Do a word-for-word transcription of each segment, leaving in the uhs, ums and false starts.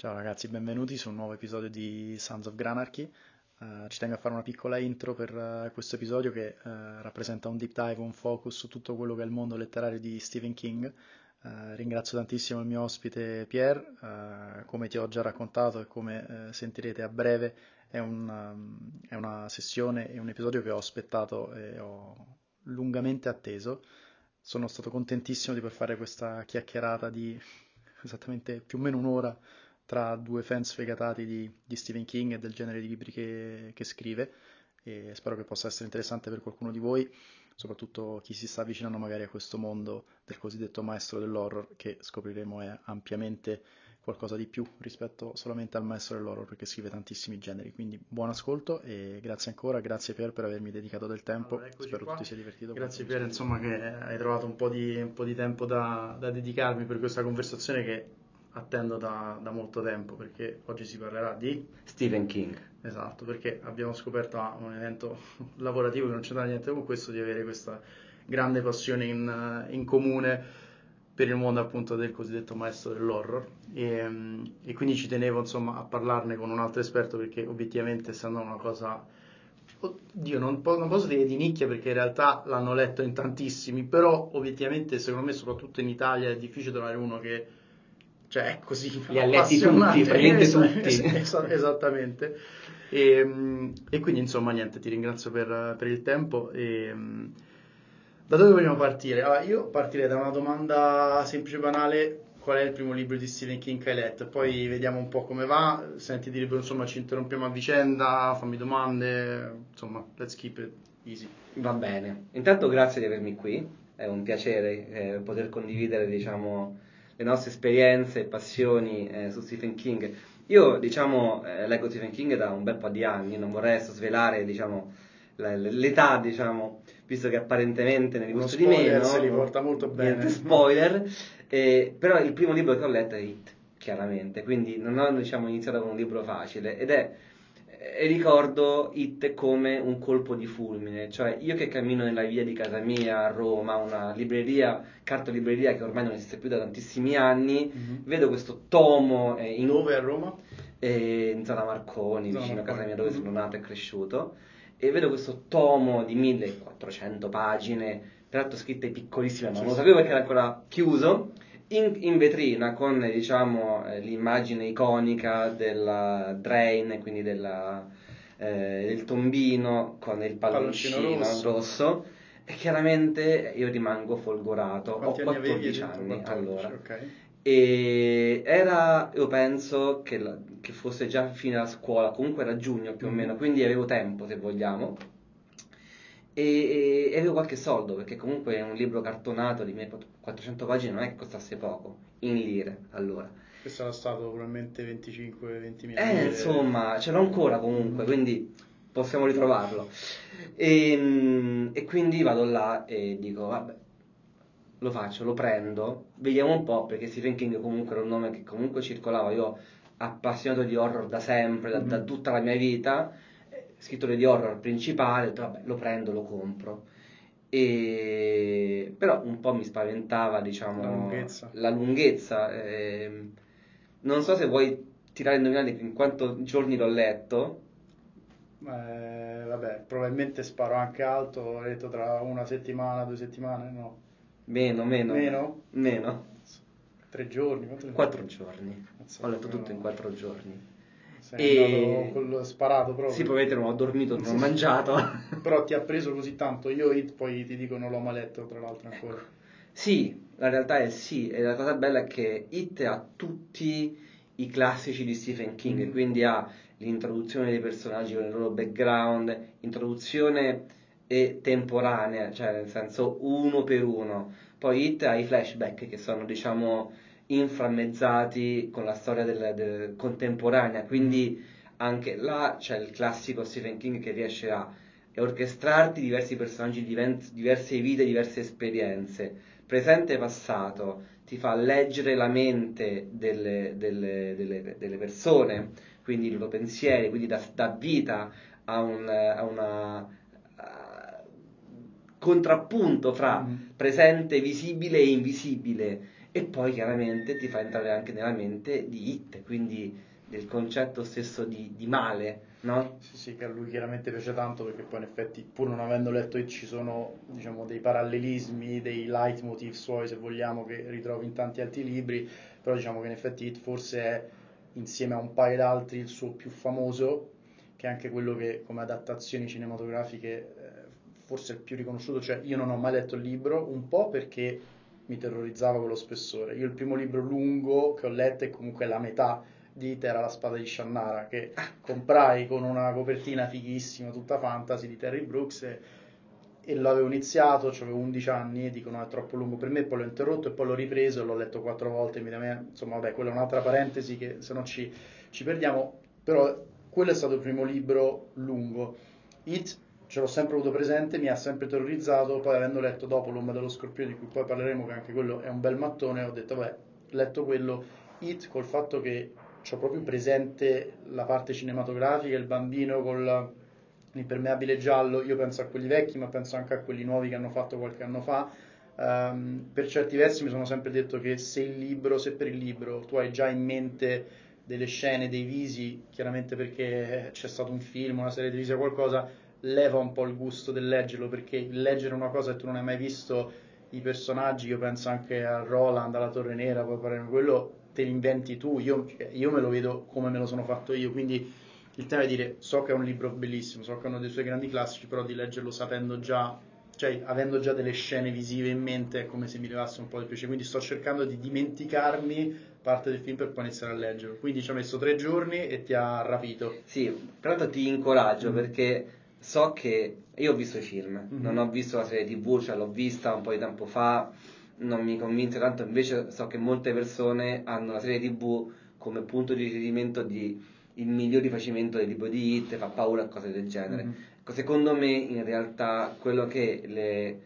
Ciao ragazzi, benvenuti su un nuovo episodio di Sons of Granarchy. Eh, ci tengo a fare una piccola intro per eh, questo episodio che eh, rappresenta un deep dive, un focus su tutto quello che è il mondo letterario di Stephen King. Eh, ringrazio tantissimo il mio ospite Pierre, eh, come ti ho già raccontato e come eh, sentirete a breve è un, um, è una sessione e un episodio che ho aspettato e ho lungamente atteso. Sono stato contentissimo di poter fare questa chiacchierata di esattamente più o meno un'ora tra due fan sfegatati di, di Stephen King e del genere di libri che, che scrive, e spero che possa essere interessante per qualcuno di voi, soprattutto chi si sta avvicinando magari a questo mondo del cosiddetto maestro dell'horror, che scopriremo è ampiamente qualcosa di più rispetto solamente al maestro dell'horror, perché scrive tantissimi generi. Quindi buon ascolto e grazie ancora, grazie Pier per avermi dedicato del tempo. Allora, spero tu ti sia divertito. Grazie Pier, insomma, che hai trovato un po' di, un po' di tempo da, da dedicarmi per questa conversazione che attendo da, da molto tempo, perché oggi si parlerà di Stephen King. Esatto, perché abbiamo scoperto a un evento lavorativo che non c'entra niente con questo, di avere questa grande passione in, in comune per il mondo appunto del cosiddetto maestro dell'horror, e, e quindi ci tenevo insomma a parlarne con un altro esperto, perché obiettivamente essendo una cosa, oddio, non, po- non posso dire di nicchia perché in realtà l'hanno letto in tantissimi, però obiettivamente secondo me soprattutto in Italia è difficile trovare uno che, cioè, è così li ha letti tutti, praticamente tutti. Es- esattamente. E, e quindi insomma niente, ti ringrazio per, per il tempo. E, da dove vogliamo partire? Allora, io partirei da una domanda semplice e banale: qual è il primo libro di Stephen King che hai letto? Poi vediamo un po' come va. Senti di libro, insomma, ci interrompiamo a vicenda, fammi domande, insomma, let's keep it easy. Va bene. Intanto grazie di avermi qui, è un piacere eh, poter condividere, diciamo, le nostre esperienze e passioni eh, su Stephen King. Io, diciamo, eh, leggo Stephen King da un bel po' di anni, non vorrei adesso svelare, diciamo, la- l'età, diciamo, visto che apparentemente ne Uno gusto di spoiler meno, se li porta molto niente bene. spoiler, eh, però il primo libro che ho letto è It, chiaramente, quindi non ho, diciamo, iniziato con un libro facile, ed è e ricordo It come un colpo di fulmine, cioè io che cammino nella via di casa mia a Roma, una libreria, cartolibreria che ormai non esiste più da tantissimi anni, Mhm. vedo questo tomo eh, in, Dove a Roma? eh, in zona Marconi, Zona vicino a casa Marconi. mia dove Mhm. sono nato e cresciuto, e vedo questo tomo di millequattrocento pagine, peraltro scritte piccolissime, ma Sì, non lo sì. sapevo perché era ancora chiuso, in, in vetrina con, diciamo, eh, l'immagine iconica della Drain, quindi della, eh, del tombino con il Palloncino palloncino rosso. rosso, e chiaramente io rimango folgorato. Ho Quanti anni avevi? Hai quattordici detto anni quattordici, allora. ok. E era, io penso che, la- che fosse già fine la scuola, comunque era giugno più o Mhm. meno, quindi avevo tempo se vogliamo. E, e avevo qualche soldo, perché comunque un libro cartonato di quattrocento pagine non è che costasse poco, in lire allora. Questo era stato probabilmente venticinque ventimila Eh, lire. insomma, ce l'ho ancora comunque, Mhm. quindi possiamo ritrovarlo. E, mm, e quindi vado là e dico, vabbè, lo faccio, lo prendo, vediamo un po', perché Stephen King comunque era un nome che comunque circolava, io appassionato di horror da sempre, da, da Mhm. tutta la mia vita, eh, scrittore di horror principale, ho detto, vabbè, lo prendo, lo compro. E... però un po' mi spaventava, La diciamo, lunghezza. la lunghezza. ehm. Non so se vuoi tirare a indovinare in quanti giorni l'ho letto. Eh, vabbè, probabilmente sparo anche alto, ho detto tra una settimana, due settimane, no. Meno, meno, Meno? meno. Tre giorni, quanto tempo? Quattro giorni. Mazza, Ho letto tutto in proprio. quattro giorni. Sei andato E col sparato sì, proprio. probabilmente non ho dormito, non ho Sì. mangiato. Però ti ha preso così tanto. Io It poi ti dico non l'ho mai letto, tra l'altro Ecco. ancora. Sì, la realtà è sì, e la cosa bella è che It ha tutti i classici di Stephen King, Mhm. quindi ha l'introduzione dei personaggi con il loro background, introduzione e temporanea, cioè nel senso uno per uno. Poi It ha i flashback che sono, diciamo, inframmezzati con la storia del, del- contemporanea, Mhm. quindi anche là c'è il classico Stephen King che riesce a orchestrarti diversi personaggi, diven- diverse vite, diverse esperienze presente e passato, ti fa leggere la mente delle, delle- delle- delle persone, quindi i loro pensieri, quindi dà, dà vita a un a una a- contrappunto fra Mhm. presente visibile e invisibile, e poi chiaramente ti fa entrare anche nella mente di It, quindi del concetto stesso di, di male, no? Sì, sì, che a lui chiaramente piace tanto perché poi in effetti, pur non avendo letto It, ci sono, diciamo, dei parallelismi, dei leitmotiv suoi, se vogliamo, che ritrovi in tanti altri libri, però diciamo che in effetti It forse è, insieme a un paio d'altri, il suo più famoso, che è anche quello che come adattazioni cinematografiche eh, forse è il più riconosciuto. Cioè io non ho mai letto il libro, un po' perché mi terrorizzava quello spessore. Io il primo libro lungo che ho letto è comunque la metà di It, era La spada di Shannara, che comprai con una copertina fighissima, tutta fantasy, di Terry Brooks, e, e l'avevo iniziato, avevo undici anni, e dico no, è troppo lungo per me, poi l'ho interrotto e poi l'ho ripreso e l'ho letto quattro volte, insomma vabbè, quella è un'altra parentesi che se no ci, ci perdiamo, però quello è stato il primo libro lungo. It ce l'ho sempre avuto presente, mi ha sempre terrorizzato, poi avendo letto dopo L'Ombra dello Scorpione, di cui poi parleremo, che anche quello è un bel mattone, ho detto vabbè, letto quello, It, col fatto che ho proprio presente la parte cinematografica, il bambino con l'impermeabile giallo, io penso a quelli vecchi, ma penso anche a quelli nuovi che hanno fatto qualche anno fa. Um, per certi versi mi sono sempre detto che se il libro, se per il libro tu hai già in mente delle scene, dei visi, chiaramente perché c'è stato un film, una serie televisiva, qualcosa, leva un po' il gusto del leggerlo, perché il leggere una cosa e tu non hai mai visto i personaggi, io penso anche a Roland, alla Torre Nera, poi parliamo di quello, te li inventi tu, io, io me lo vedo come me lo sono fatto io, quindi il tema è dire, so che è un libro bellissimo, so che è uno dei suoi grandi classici, però di leggerlo sapendo già, cioè avendo già delle scene visive in mente, è come se mi levasse un po' di piacere, quindi sto cercando di dimenticarmi parte del film per poi iniziare a leggerlo, quindi ci ho messo tre giorni e ti ha rapito. Sì, peraltro ti incoraggio Mm. perché so che io ho visto i film, Mhm. non ho visto la serie tivù, cioè l'ho vista un po' di tempo fa, non mi convince tanto, invece so che molte persone hanno la serie tivù come punto di riferimento di il miglior rifacimento del libro di It, fa paura e cose del genere. Mhm. Ecco, secondo me in realtà quello che le,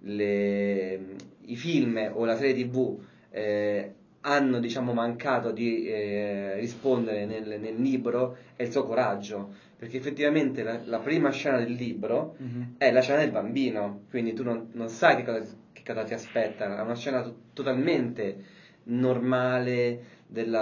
le- i film o la serie tivù eh, hanno diciamo mancato di eh, rispondere nel, nel libro è il suo coraggio, perché effettivamente la, la prima scena del libro Mhm. è la scena del bambino, quindi tu non, non sai che cosa, che cosa ti aspetta, è una scena to- totalmente normale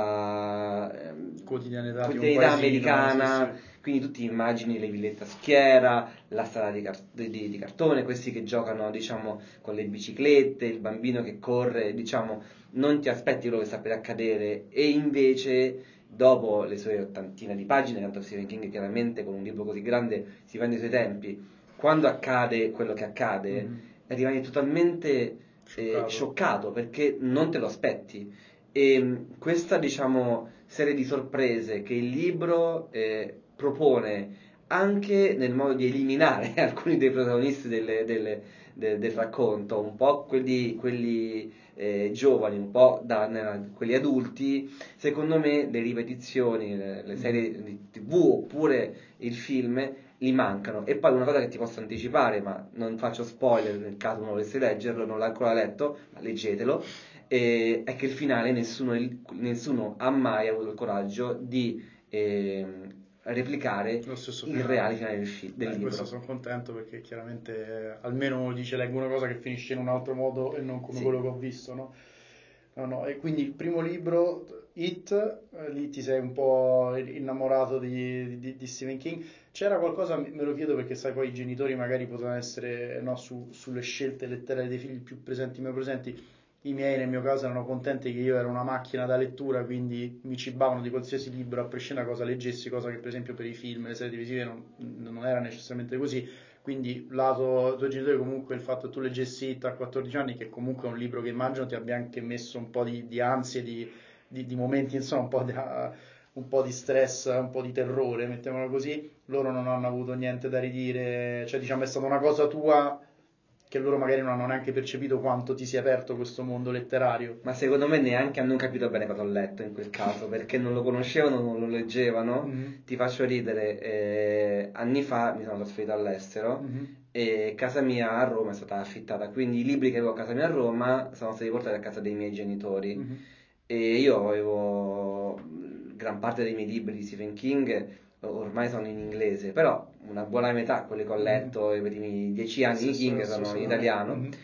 della ehm, Quotidianità di un quotidianità paesino, sì, americana, sì. quindi tu ti immagini le villette a schiera, la strada di, car- di- di- di cartone, questi che giocano diciamo con le biciclette, il bambino che corre, diciamo non ti aspetti quello che sta per accadere e invece dopo le sue ottantina di pagine, tanto Stephen King chiaramente con un libro così grande si prende i suoi tempi, quando accade quello che accade Mhm. rimani totalmente eh, Scioccato. scioccato perché non te lo aspetti e mh, questa diciamo serie di sorprese che il libro eh, propone anche nel modo di eliminare alcuni dei protagonisti delle- delle- de- del racconto, un po' quelli, quelli eh, giovani, un po' da, nella- quelli adulti, secondo me le ripetizioni, le, le serie di tivù oppure il film li mancano. E poi una cosa che ti posso anticipare, ma non faccio spoiler nel caso uno volesse leggerlo, non l'ha ancora letto, ma leggetelo, eh, è che il finale nessuno, nessuno ha mai avuto il coraggio di ehm, replicare Lo stesso il finale. reale finale del, fi- del Eh, questo libro. sono contento perché chiaramente eh, almeno uno dice leggo una cosa che finisce in un altro modo e non come Sì. quello che ho visto, no? No, no, e quindi il primo libro, It, eh, lì ti sei un po' innamorato di, di- di Stephen King. C'era qualcosa, me lo chiedo perché sai poi i genitori magari potevano essere no, su- sulle scelte letterarie dei figli più presenti, meno presenti. I miei nel mio caso erano contenti che io ero una macchina da lettura, quindi mi cibavano di qualsiasi libro, a prescindere da cosa leggessi, cosa che per esempio per i film, le serie televisive non, non era necessariamente così. Quindi lato tuoi genitori comunque il fatto che tu leggessi It a quattordici anni, che comunque è un libro che immagino ti abbia anche messo un po' di, di ansie, di, di- di momenti, insomma, un po' di, un po' di stress, un po' di terrore, mettiamolo così, loro non hanno avuto niente da ridire, cioè diciamo è stata una cosa tua che loro magari non hanno neanche percepito quanto ti sia aperto questo mondo letterario. Ma secondo me neanche hanno capito bene cosa ho letto in quel caso, perché non lo conoscevano, non lo leggevano. Mhm, Ti faccio ridere, eh, anni fa mi sono trasferito all'estero mhm, e casa mia a Roma è stata affittata, quindi i libri che avevo a casa mia a Roma sono stati portati a casa dei miei genitori. mhm. E io avevo gran parte dei miei libri di Stephen King ormai sono in inglese, però una buona metà, quelli che ho Mhm. letto i primi dieci anni di Stesso, King sono stesso in da me. italiano. Mhm.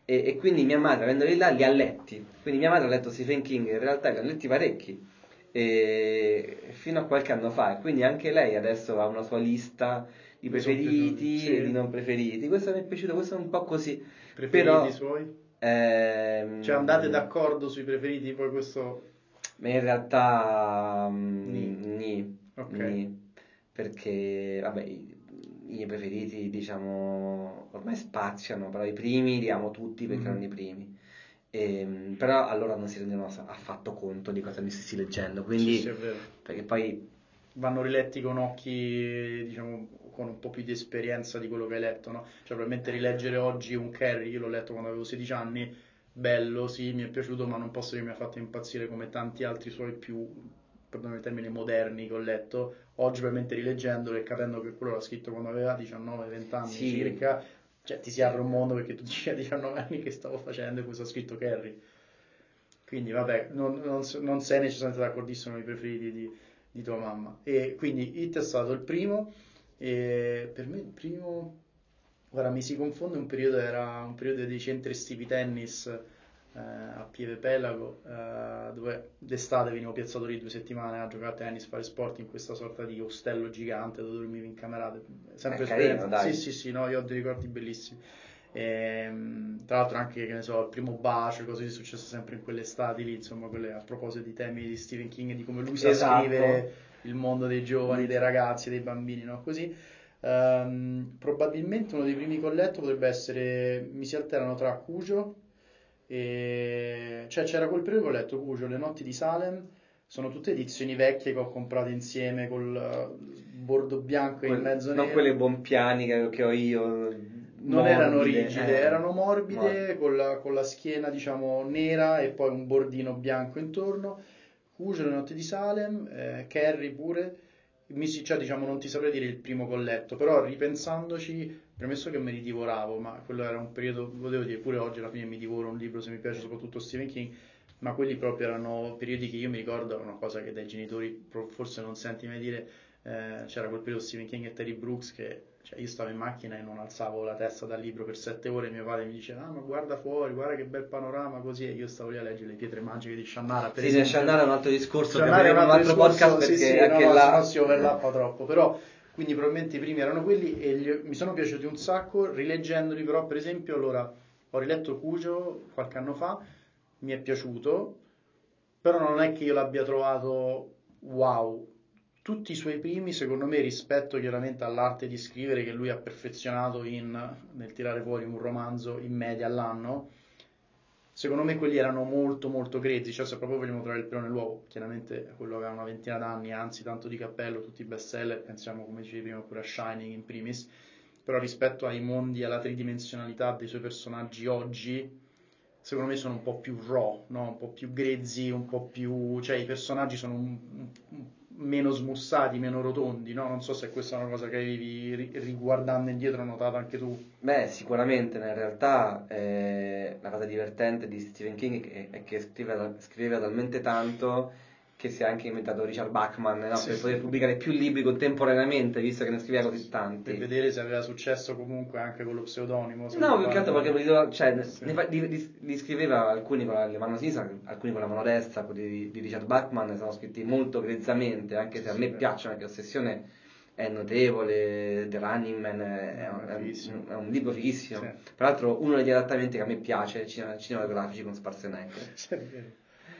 E, e quindi mia madre, avendoli là, li ha letti. Quindi mia madre ha letto Stephen King, in realtà li ha letti parecchi, e fino a qualche anno fa. E quindi anche lei adesso ha una sua lista di Mi sono piaciuti, preferiti sì. e di non preferiti. Questo mi è piaciuto, questo è un po' così. Preferiti Però, suoi? ehm, Cioè andate d'accordo sui preferiti, poi questo... ma in realtà mm, Ni. nì, Ok. nì, perché vabbè, i, i miei preferiti diciamo ormai spaziano, però i primi li amo tutti perché Mhm. erano i primi. Ehm, però allora non si rendono ass- affatto conto di cosa mi stessi leggendo, Sì, quindi sì, è vero. perché poi Vanno riletti con occhi, diciamo, con un po' più di esperienza di quello che hai letto, no? Cioè, probabilmente rileggere oggi un Carrie, io l'ho letto quando avevo sedici anni, bello, sì, mi è piaciuto, ma non posso dire che mi ha fatto impazzire come tanti altri suoi più, perdonami il termine, moderni che ho letto. Oggi, probabilmente, rileggendolo e capendo che quello l'ha scritto quando aveva diciannove venti anni sì, circa, cioè ti si sì. apre un mondo perché tu dici a diciannove anni che stavo facendo e questo ha scritto Carrie. Quindi vabbè, non, non s- non sei necessariamente d'accordissimo con i preferiti di, di tua mamma. E quindi It è stato il primo, e per me il primo, guarda, mi si confonde un periodo, era un periodo dei centri estivi tennis eh, a Pieve Pelago, eh, dove d'estate venivo piazzato lì due settimane a giocare a tennis, fare sport in questa sorta di ostello gigante dove dormivi in camerate. Sempre È carino, esperienza. Sì, dai. sì, sì, no, io ho dei ricordi bellissimi. Ehm, tra l'altro anche, che ne so, il primo bacio, cose che è successo sempre in quelle estati lì, insomma, quelle a proposito di temi di Stephen King e di come lui sa Esatto. scrivere il mondo dei giovani, dei ragazzi, dei bambini, no? Così. Ehm, probabilmente uno dei primi che ho letto potrebbe essere, mi si alternano tra Cujo e... cioè c'era quel periodo che ho letto Cujo, Le notti di Salem, sono tutte edizioni vecchie che ho comprato insieme col eh, bordo bianco e in Quel- mezzo non nero. quelle bompiani che, che ho io, Non erano morbide, rigide, eh, erano mor- morbide con la, con la schiena, diciamo, nera e poi un bordino bianco intorno. Cujo, Le notti di Salem, eh, Carrie pure. Mi si- cioè, diciamo, non ti saprei dire il primo che ho letto, però ripensandoci, premesso che me li divoravo, ma quello era un periodo, lo devo dire, pure oggi alla fine mi divoro un libro se mi piace soprattutto Stephen King, ma quelli proprio erano periodi che io mi ricordo, una cosa che dai genitori pro- forse non senti mai dire, eh, c'era quel periodo Stephen King e Terry Brooks che cioè io stavo in macchina e non alzavo la testa dal libro per sette ore e mio padre mi diceva ah ma guarda fuori, guarda che bel panorama così e io stavo lì a leggere Le pietre magiche di Shannara per Sì, nel esempio. Shannara è un altro discorso che Shannara è un apriremo in un altro altro podcast discorso, sì perché sì, no anche no, se no là... si overlappa troppo, però quindi probabilmente i primi erano quelli e gli- mi sono piaciuti un sacco, rileggendoli però per esempio allora ho riletto Cujo qualche anno fa, mi è piaciuto, però non è che io l'abbia trovato wow. Tutti i suoi primi, secondo me, rispetto chiaramente all'arte di scrivere che lui ha perfezionato in- nel tirare fuori un romanzo in media all'anno, secondo me quelli erano molto molto grezzi, cioè se proprio vogliamo trovare il pelo nell'uovo, chiaramente quello aveva una ventina d'anni, anzi tanto di cappello, tutti i bestseller, pensiamo come dicevi prima pure a Shining in primis, però rispetto ai mondi, alla tridimensionalità dei suoi personaggi oggi, secondo me sono un po' più raw, no? Un po' più grezzi, un po' più... cioè i personaggi sono un- un- un- meno smussati, meno rotondi, no? Non so se questa è una cosa che avevi ri- riguardando indietro notato anche tu. Beh, sicuramente, in realtà eh, la cosa divertente di Stephen King è che, è che scrive, scriveva talmente tanto che si è anche inventato Richard Bachman, no? Sì, Per sì. poter pubblicare più libri contemporaneamente, visto che ne scriveva così Per tanti. vedere se aveva successo comunque anche con lo pseudonimo, se non No, più che altro perché sbaglio. li, do- cioè, Sì, ne fa- li- li- li scriveva alcuni con la la mano sinistra, alcuni con la mano destra, quelli di, di Richard Bachman sono scritti molto grezzamente, anche sì, se a sì, me vero. piacciono, perché Ossessione è notevole, The Running Man è, è No, un, è è fighissimo. un- è un libro fighissimo. Sì, Peraltro uno degli adattamenti che a me piace, cine- cinematografici con Schwarzenegger. sì, è vero.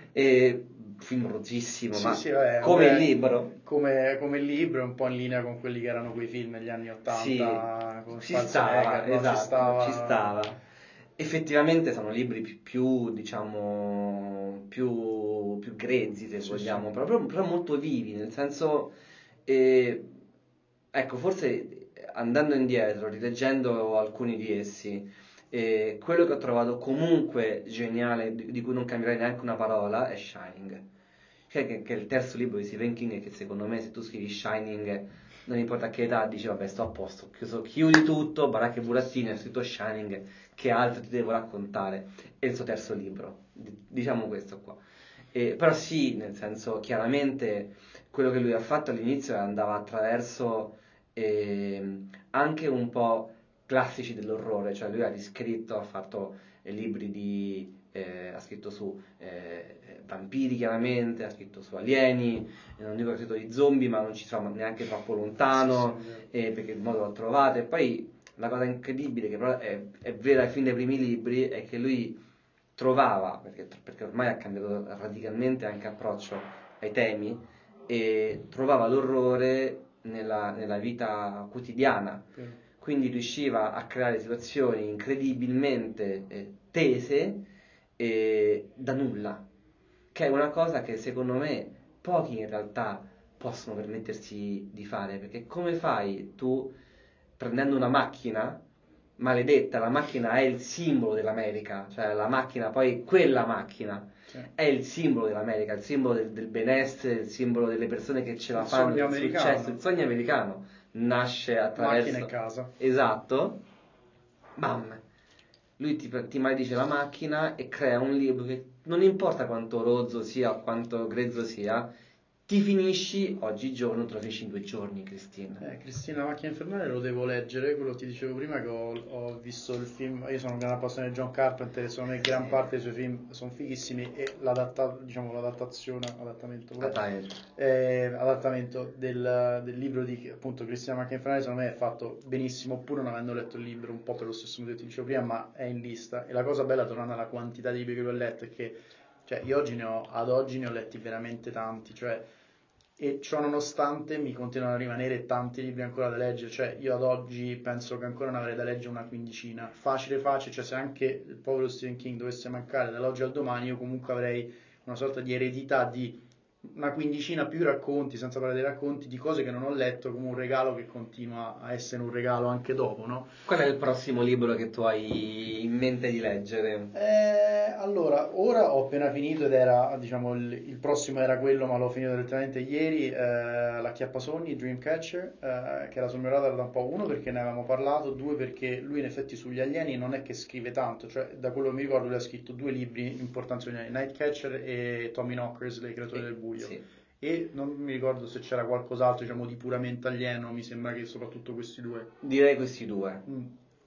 E film bruttissimo, Sì, ma sì, vabbè, come il vabbè, libro, come, come il libro è un po' in linea con quelli che erano quei film negli anni sì, ottanta con ci stava, Schwarzenegger, no? Ci esatto, ci stava... stava. Effettivamente sono libri pi- più, diciamo, più, più grezzi, se Sì, sì. vogliamo, però, però molto vivi, nel senso, eh, ecco, forse andando indietro, rileggendo alcuni di essi, eh, quello che ho trovato comunque geniale, di, di cui non cambierei neanche una parola, è Shining. Che, che- che è il terzo libro di Stephen King e che secondo me se tu scrivi Shining, non importa a che età, dici vabbè sto a posto, ho chiuso, chiudi tutto, baracche e burattini, ho scritto Shining, che altro ti devo raccontare? È il suo terzo libro, di- diciamo questo qua. E- però sì, nel senso, chiaramente quello che lui ha fatto all'inizio andava attraverso ehm, anche un po' classici dell'orrore, cioè lui ha riscritto, ha fatto eh, libri di... Eh, ha scritto su eh, vampiri chiaramente, ha scritto su alieni, eh, non dico che ha scritto di zombie, ma non ci siamo neanche troppo lontano, Sì, sì, eh, perché il modo l'ho trovato. E poi la cosa incredibile, che però è, è vera fin dai primi libri, è che lui trovava, perché, perché ormai ha cambiato radicalmente anche approccio ai temi, e trovava l'orrore nella, nella vita quotidiana. sì. Quindi riusciva a creare situazioni incredibilmente eh, tese eh, da nulla, che è una cosa che secondo me pochi in realtà possono permettersi di fare, perché come fai tu prendendo una macchina maledetta, la macchina è il simbolo dell'America, cioè la macchina, poi quella macchina Sì. è il simbolo dell'America, il simbolo del, del benessere, il simbolo delle persone che ce la Il fanno, sogno il americano. successo, il sogno americano nasce attraverso... Macchina e casa. Esatto. Bam. Lui ti, ti maledice la macchina e crea un libro che non importa quanto rozzo sia o quanto grezzo sia, ti finisci oggigiorno, te lo finisci in due giorni, Cristina. Eh, Cristina, la macchina infernale lo devo leggere, quello ti dicevo prima che ho, ho visto il film, io sono un grande appassionato di John Carpenter e secondo me gran parte dei suoi film sono fighissimi e l'adatta- diciamo, l'adattazione, adattamento, pure, Esattamente. eh, adattamento del, del libro di appunto Cristina la macchina infernale secondo me è fatto benissimo, pur non avendo letto il libro, un po' per lo stesso motivo che ti dicevo prima, ma è in lista. E la cosa bella, tornando alla quantità di libri che ho letto, è che cioè, io oggi ne ho, ad oggi ne ho letti veramente tanti, cioè e ciò nonostante mi continuano a rimanere tanti libri ancora da leggere, cioè io ad oggi penso che ancora ne avrei da leggere una quindicina, facile facile, cioè se anche il povero Stephen King dovesse mancare dall'oggi al domani io comunque avrei una sorta di eredità di una quindicina più racconti, senza parlare dei racconti, di cose che non ho letto come un regalo che continua a essere un regalo anche dopo, no? Qual è il prossimo libro che tu hai in mente di leggere? Eh, allora, ora ho appena finito ed era, diciamo, il, il prossimo era quello, ma l'ho finito direttamente ieri, eh, La Chiappasogni, Dreamcatcher, eh, che era sul mio radar da un po', uno perché ne avevamo parlato, due perché lui in effetti sugli alieni non è che scrive tanto, cioè da quello che mi ricordo lui ha scritto due libri importanti sugli alieni, Nightcatcher e Tommy Knockers, Le creature Sì, del buio. sì. E non mi ricordo se c'era qualcos'altro, diciamo, di puramente alieno, mi sembra che soprattutto questi due. Direi questi due. Mm.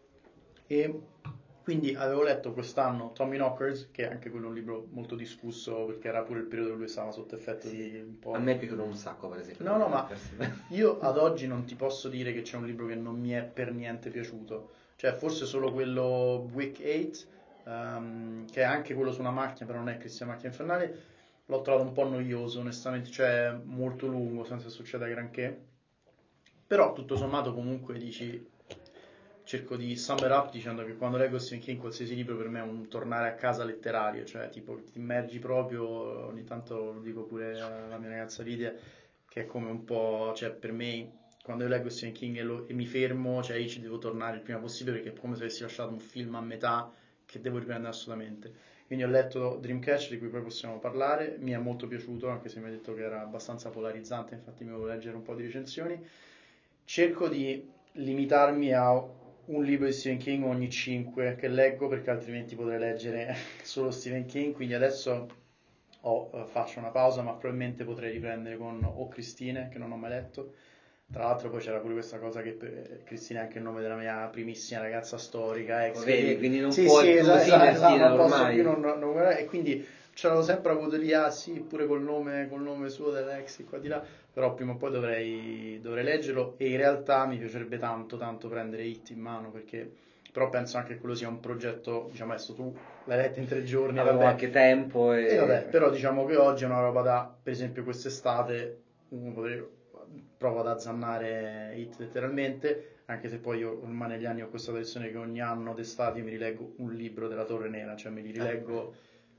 E quindi avevo letto quest'anno Tommy Knockers, che è anche quello un libro molto discusso perché era pure il periodo in cui lui stava sotto effetto Sì. di un A po'. me è piaciuto un sacco, per esempio. No, no, ma Knockers. io ad oggi non ti posso dire che c'è un libro che non mi è per niente piaciuto. Cioè, forse solo quello Week otto, ehm, che è anche quello su una macchina, però non è Cristian Macchina Infernale. L'ho trovato un po' noioso, onestamente, cioè molto lungo, senza succedere granché. Però tutto sommato comunque dici, cerco di summer up dicendo che quando leggo Stephen King qualsiasi libro per me è un tornare a casa letterario, cioè tipo ti immergi proprio, ogni tanto lo dico pure alla mia ragazza Lidia, che è come un po', cioè per me quando io leggo Stephen King e, lo- e mi fermo, cioè io ci devo tornare il prima possibile perché è come se avessi lasciato un film a metà che devo riprendere assolutamente. Quindi ho letto Dreamcatcher di cui poi possiamo parlare, mi è molto piaciuto anche se mi ha detto che era abbastanza polarizzante, infatti mi volevo leggere un po' di recensioni. Cerco di limitarmi a un libro di Stephen King ogni cinque che leggo perché altrimenti potrei leggere solo Stephen King, quindi adesso ho, eh, faccio una pausa ma probabilmente potrei riprendere con O Christine che non ho mai letto. Tra l'altro poi c'era pure questa cosa che per- Cristina è anche il nome della mia primissima ragazza storica, ex, Lo vedi, che quindi non sì puoi sì più, esatto, sì, esatto, esatto, Cristina, non posso più ormai. non, non guardare e quindi ce l'avevo sempre avuto lì, ah sì, pure col nome, col nome suo dell'ex di qua di là, però prima o poi dovrei, dovrei leggerlo e in realtà mi piacerebbe tanto tanto prendere It in mano perché però penso anche che quello sia un progetto, diciamo adesso tu l'hai letto in tre giorni, Avevo vabbè, anche tempo e vabbè, e... però diciamo che oggi è una roba da, per esempio quest'estate, uno potrebbe, provo ad azzannare It letteralmente, anche se poi io ormai negli anni ho questa tradizione che ogni anno d'estate io mi rileggo un libro della Torre Nera, cioè me li rileggo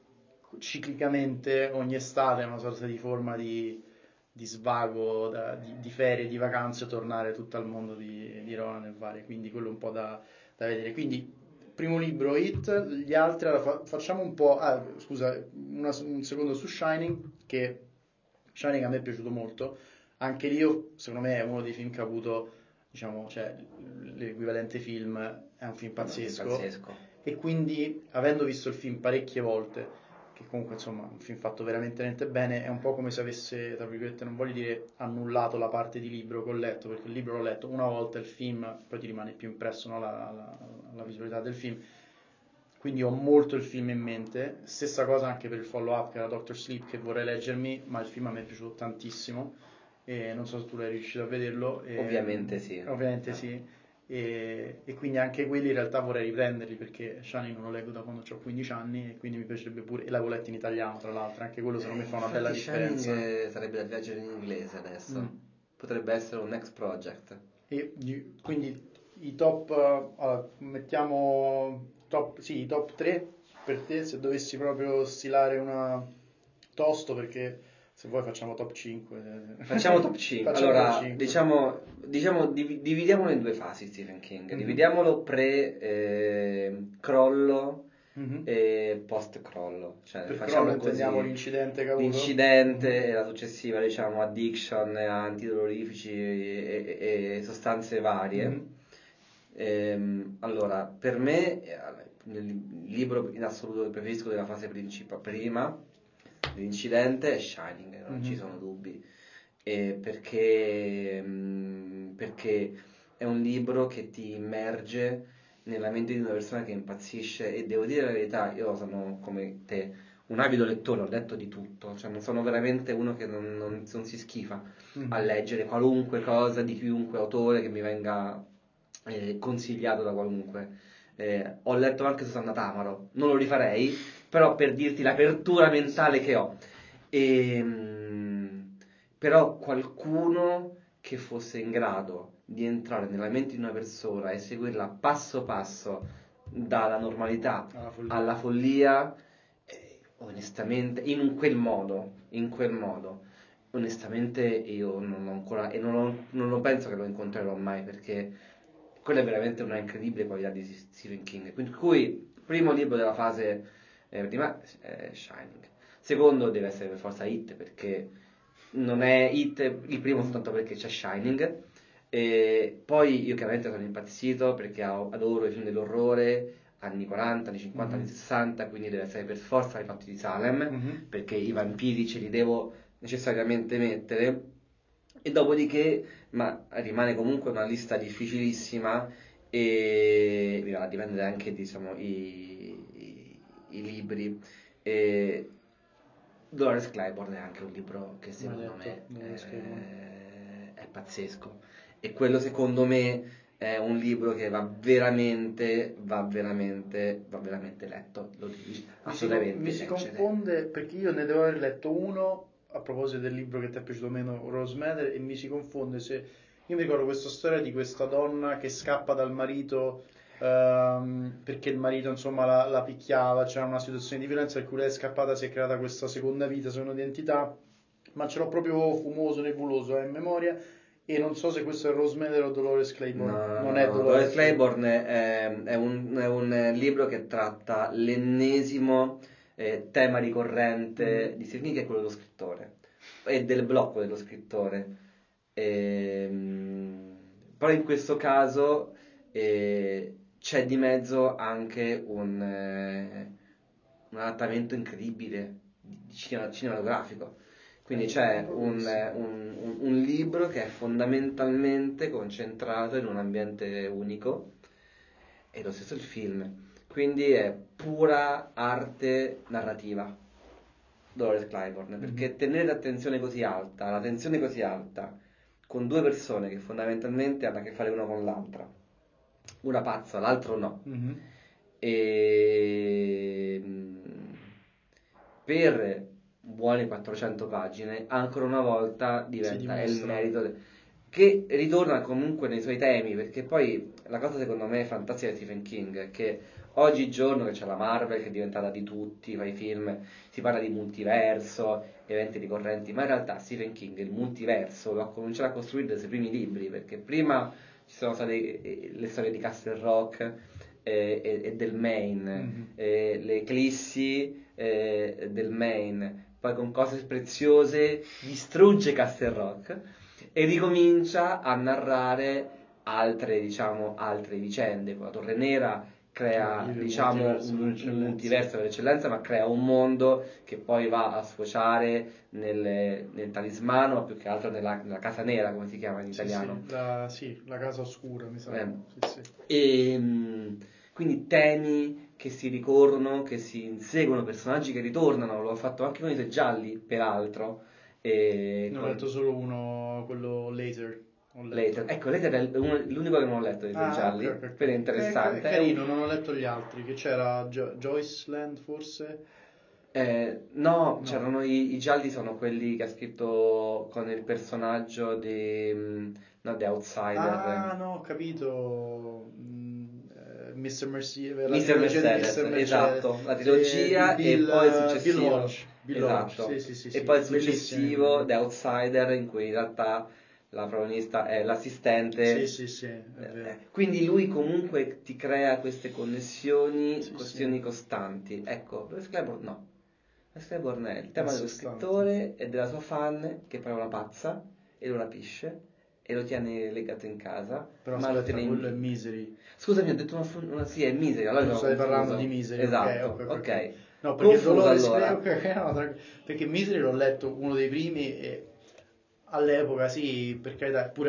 ciclicamente ogni estate, è una sorta di forma di, di svago, da- di, di ferie, di vacanze, tornare tutto al mondo di, di Ronan e varie, quindi quello è un po' da, da vedere. Quindi primo libro It, gli altri allora, fa- facciamo un po', ah, scusa, una- un secondo su Shining, che Shining a me è piaciuto molto, anche lì io, secondo me è uno dei film che ha avuto, diciamo, cioè l'equivalente film, è un film No, sì, pazzesco, pazzesco. e quindi avendo visto il film parecchie volte, che comunque insomma è un film fatto veramente, veramente bene, è un po' come se avesse, tra virgolette, non voglio dire annullato la parte di libro che ho letto, perché il libro l'ho letto una volta, il film poi ti rimane più impresso, no, la, la, la visualità del film. quindi ho molto il film in mente. Stessa cosa anche per il follow-up che era doctor Sleep, che vorrei leggermi, ma il film a me è piaciuto tantissimo e non so se tu l'hai riuscito a vederlo. E, Ovviamente sì. Ovviamente Ah. sì. E, e quindi anche quelli in realtà vorrei riprenderli perché Shining non lo leggo da quando ho quindici anni e quindi mi piacerebbe pure, e l'avevo letto in italiano tra l'altro, anche quello secondo me fa una bella Infatti Shining differenza. eh, sarebbe da leggere in inglese adesso. Mm. Potrebbe essere un next project. E gli- quindi i top, eh, allora, mettiamo top, sì, i top tre per te se dovessi proprio stilare una tosto, perché se vuoi facciamo top cinque. Facciamo top cinque. Facciamo top Allora, cinque. diciamo, diciamo div- dividiamolo in due fasi Stephen King. Mhm. Dividiamolo pre-crollo Mhm. e post-crollo. Cioè, Per facciamo crollo intendiamo così. l'incidente che ha avuto. L'incidente Mhm. e la successiva, diciamo, addiction a antidolorifici e, e- e sostanze varie. Mhm. Ehm, allora, per me, eh, il libro in assoluto che preferisco della fase principale prima dell'incidente è Shining, non ci Mhm. sono dubbi. Eh, perché, mm, perché è un libro che ti immerge nella mente di una persona che impazzisce e devo dire la verità, io sono come te, un avido lettore, ho letto di tutto, cioè non sono veramente uno che non, non- non si schifa a Mhm. leggere qualunque cosa di chiunque autore che mi venga eh, consigliato da qualunque. Eh, ho letto anche Susanna Tamaro, non lo rifarei, però per dirti l'apertura mentale che ho. Ehm, però qualcuno che fosse in grado di entrare nella mente di una persona e seguirla passo passo dalla normalità Alla follia. alla follia, eh, onestamente, in quel modo, in quel modo, onestamente io non ho ancora, e non, ho- non lo penso che lo incontrerò mai perché quella è veramente una incredibile qualità di Stephen King. Per cui, primo libro della fase eh, prima è Shining. Secondo deve essere per forza It perché non è It il primo soltanto perché c'è Shining. E poi io chiaramente sono impazzito perché ho- adoro i film dell'orrore anni quaranta, anni cinquanta, anni Mhm. sessanta, quindi deve essere per forza i fatti di Salem Mhm. perché i vampiri ce li devo necessariamente mettere. E dopodiché, ma rimane comunque una lista difficilissima e mi va a dipendere anche diciamo i, i- i libri. E Dolores Claiborne è anche un libro che Mai secondo letto, me non lo schermo. è, è pazzesco e quello secondo me è un libro che va veramente, va veramente, va veramente letto, lo devi Mi si, assolutamente mi si leggere. confonde perché io ne devo aver letto uno a proposito del libro che ti è piaciuto meno, Rose Matter, e mi si confonde se io mi ricordo questa storia di questa donna che scappa dal marito ehm, perché il marito insomma la, la picchiava, c'era una situazione di violenza per cui lei è scappata, si è creata questa seconda vita, seconda identità, ma ce l'ho proprio fumoso, nebuloso eh, in memoria e non so se questo è Rose Matter o Dolores Claiborne. No, no, Non no, è no. Dolores Dolores Claiborne. Claiborne è, è un, è un libro che tratta l'ennesimo eh, tema ricorrente Mhm. di Stephen King, che è quello dello scrittore e del blocco dello scrittore. Ehm, però in questo caso eh, c'è di mezzo anche un, eh, un adattamento incredibile di cinema- cinematografico. Quindi Eh, non c'è proprio un, visto. un- un- un libro che è fondamentalmente concentrato in un ambiente unico e lo stesso il film. Quindi è pura arte narrativa, Dolores Claiborne, Mhm. perché tenere l'attenzione così alta, la tensione così alta, con due persone che fondamentalmente hanno a che fare una con l'altra, una pazza, l'altro no, Mhm. e mm, per buone quattrocento pagine, ancora una volta Si diventa è il dimostra. merito de- che ritorna comunque nei suoi temi, perché poi la cosa secondo me fantastica di Stephen King è che oggigiorno che c'è la Marvel che è diventata di tutti, fa i film, si parla di multiverso, eventi ricorrenti, ma in realtà Stephen King il multiverso lo ha cominciato a costruire dai suoi primi libri, perché prima ci sono state eh, le storie di Castle Rock eh, e, e del Maine, Mhm. eh, le eclissi eh, del Maine, poi con cose preziose distrugge Castle Rock e ricomincia a narrare altre, diciamo, altre vicende. Con la Torre Nera crea, Incredibile, il diciamo, multiverso per un, un eccellenza. multiverso per eccellenza, ma crea un mondo che poi va a sfociare nel, nel talismano, ma più che altro nella, nella casa nera, come si chiama in Sì, italiano. sì, la, sì, la casa oscura, mi sa. Eh, Sì, sì. e, mh, quindi temi che si ricorrono, che si inseguono, personaggi che ritornano, lo ha fatto anche con i suoi gialli, peraltro. E Ne ho con letto solo uno, quello Later. Ho letto. Later. Ecco, Later è uno- l'unico che non ho letto dei suoi Ah, gialli, ok, ok, ok. però è È, interessante. è carino, non ho letto gli altri. Che c'era Jo- Joyce Land forse? Eh, no, No. c'erano i, i gialli sono quelli che ha scritto con il personaggio di mm, no, The Outsider. Ah, no, ho capito. Mm, eh, mister Mercedes, la mister trilogia di Mercedes, mister Mercedes. esatto, la Sì, di trilogia e Bill, poi il eh, Bill successivo, Hodge. Bill Hodge, esatto, sì, sì, sì, e sì. poi il Bellissimi quei successivo libri. The Outsider in cui in realtà la protagonista è l'assistente. Sì, sì, sì, è vero. Eh, Quindi lui comunque ti crea queste connessioni, Sì, questioni sì, costanti. Ecco, Lois Claiborne no. Lois Claiborne è il tema dello assistante. scrittore e della sua fan che poi è una pazza e lo rapisce e lo tiene legato in casa, Però ma lo aspetta, tiene quello è in... Misery. Scusami, ho detto una, fu- una sì, è Misery, allora Tu mi sono stai parlando di confuso. Misery, ok, ok, Esatto, ok, ok. ok. No, perché Confuso Dolores Clay, allora. ok, ok, no, tra- perché Misery l'ho letto uno dei primi e all'epoca sì, per carità, è pure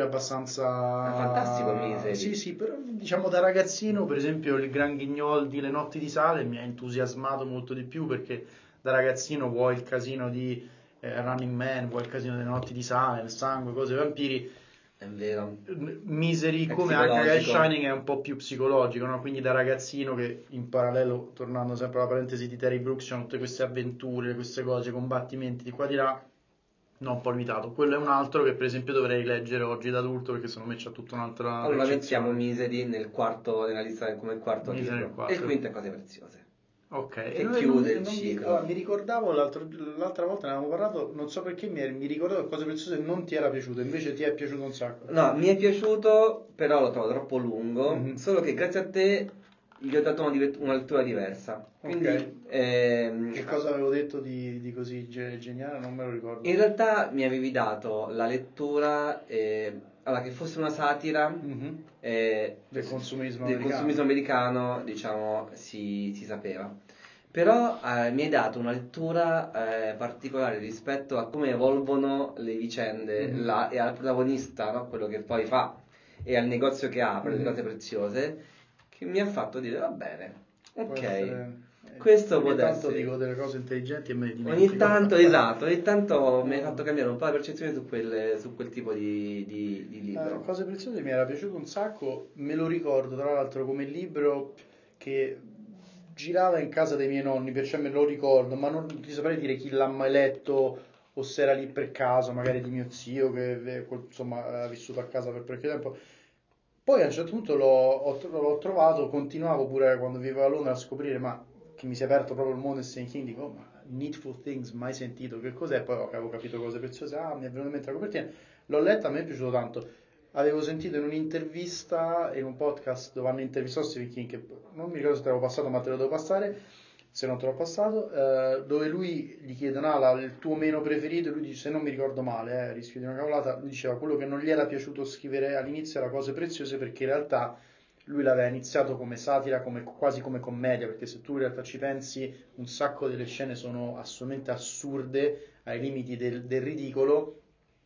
È fantastico abbastanza... Sì, Misery. sì, però diciamo da ragazzino, per esempio, il Gran Guignol di Le Notti di Sale mi ha entusiasmato molto di più perché da ragazzino vuoi il casino di eh, Running Man, vuoi il casino delle Notti di Sale, il sangue, cose, vampiri. È vero. Misery, È come anche Guy psicologico. Shining, è un po' più psicologico, no? Quindi da ragazzino che in parallelo, tornando sempre alla parentesi di Terry Brooks, c'erano tutte queste avventure, queste cose, combattimenti di qua di là, non un po' limitato. Quello è un altro che per esempio dovrei leggere oggi da adulto perché secondo me c'ha tutta un'altra Allora mettiamo percezione. Misery nel quarto, nella lista come quarto Misery nel libro. E il quattro. quinto è Cose Preziose, Ok, e che non, non chiude mi, il non mi- allora, mi ciclo. ricordavo l'altro- l'altra volta ne avevamo parlato, non so perché mi, mi ricordavo che Cose Preziose non ti era piaciuto, invece ti è piaciuto un sacco. No, mi è piaciuto, però lo trovo troppo lungo, Mhm. solo che grazie a te gli ho dato una, dive- una lettura diversa. Ok. Quindi, ehm, Che cosa avevo detto di, di così ge- geniale? Non me lo ricordo. in realtà mi avevi dato la lettura, eh, allora, che fosse una satira Mhm. eh, Del consumismo del americano. consumismo americano, diciamo, si, si sapeva. Però eh, mi hai dato una lettura eh, particolare rispetto a come evolvono le vicende Mhm. là, e al protagonista, no? Quello che poi fa, e al negozio che apre le Mhm. cose preziose, che mi ha fatto dire, va bene, Può ok, essere... eh, questo può Ogni tanto essere... dico delle cose intelligenti e me le Ogni dimentico. tanto, esatto, ogni tanto mi hai No. fatto cambiare un po' la percezione su quel, su quel tipo di, di- di Eh, libro. Cose preziose mi era piaciuto un sacco, me lo ricordo tra l'altro come libro che girava in casa dei miei nonni, perciò me lo ricordo, ma non ti saprei dire chi l'ha mai letto o se era lì per caso, magari di mio zio che eh, insomma ha vissuto a casa per parecchio tempo. Poi a un certo punto l'ho, ho, l'ho trovato, continuavo pure quando vivevo a Londra a scoprire, ma che mi si è aperto proprio il mondo di Stephen King, dico, "Oh, ma Needful Things, mai sentito, che cos'è?" Poi avevo capito Cose preziose, ah, mi è venuto in mente la copertina, l'ho letta, a me è piaciuto tanto. Avevo sentito in un'intervista, in un podcast dove hanno intervistato Stephen King, che non mi ricordo se te l'avevo passato, ma te lo devo passare, se non te l'ho passato, eh, dove lui gli chiedono, ah, la- il tuo meno preferito, e lui dice, se non mi ricordo male, eh, rischio di una cavolata, lui diceva, quello che non gli era piaciuto scrivere all'inizio era Cose preziose, perché in realtà lui l'aveva iniziato come satira, come- quasi come commedia, perché se tu in realtà ci pensi, un sacco delle scene sono assolutamente assurde, ai limiti del, del ridicolo,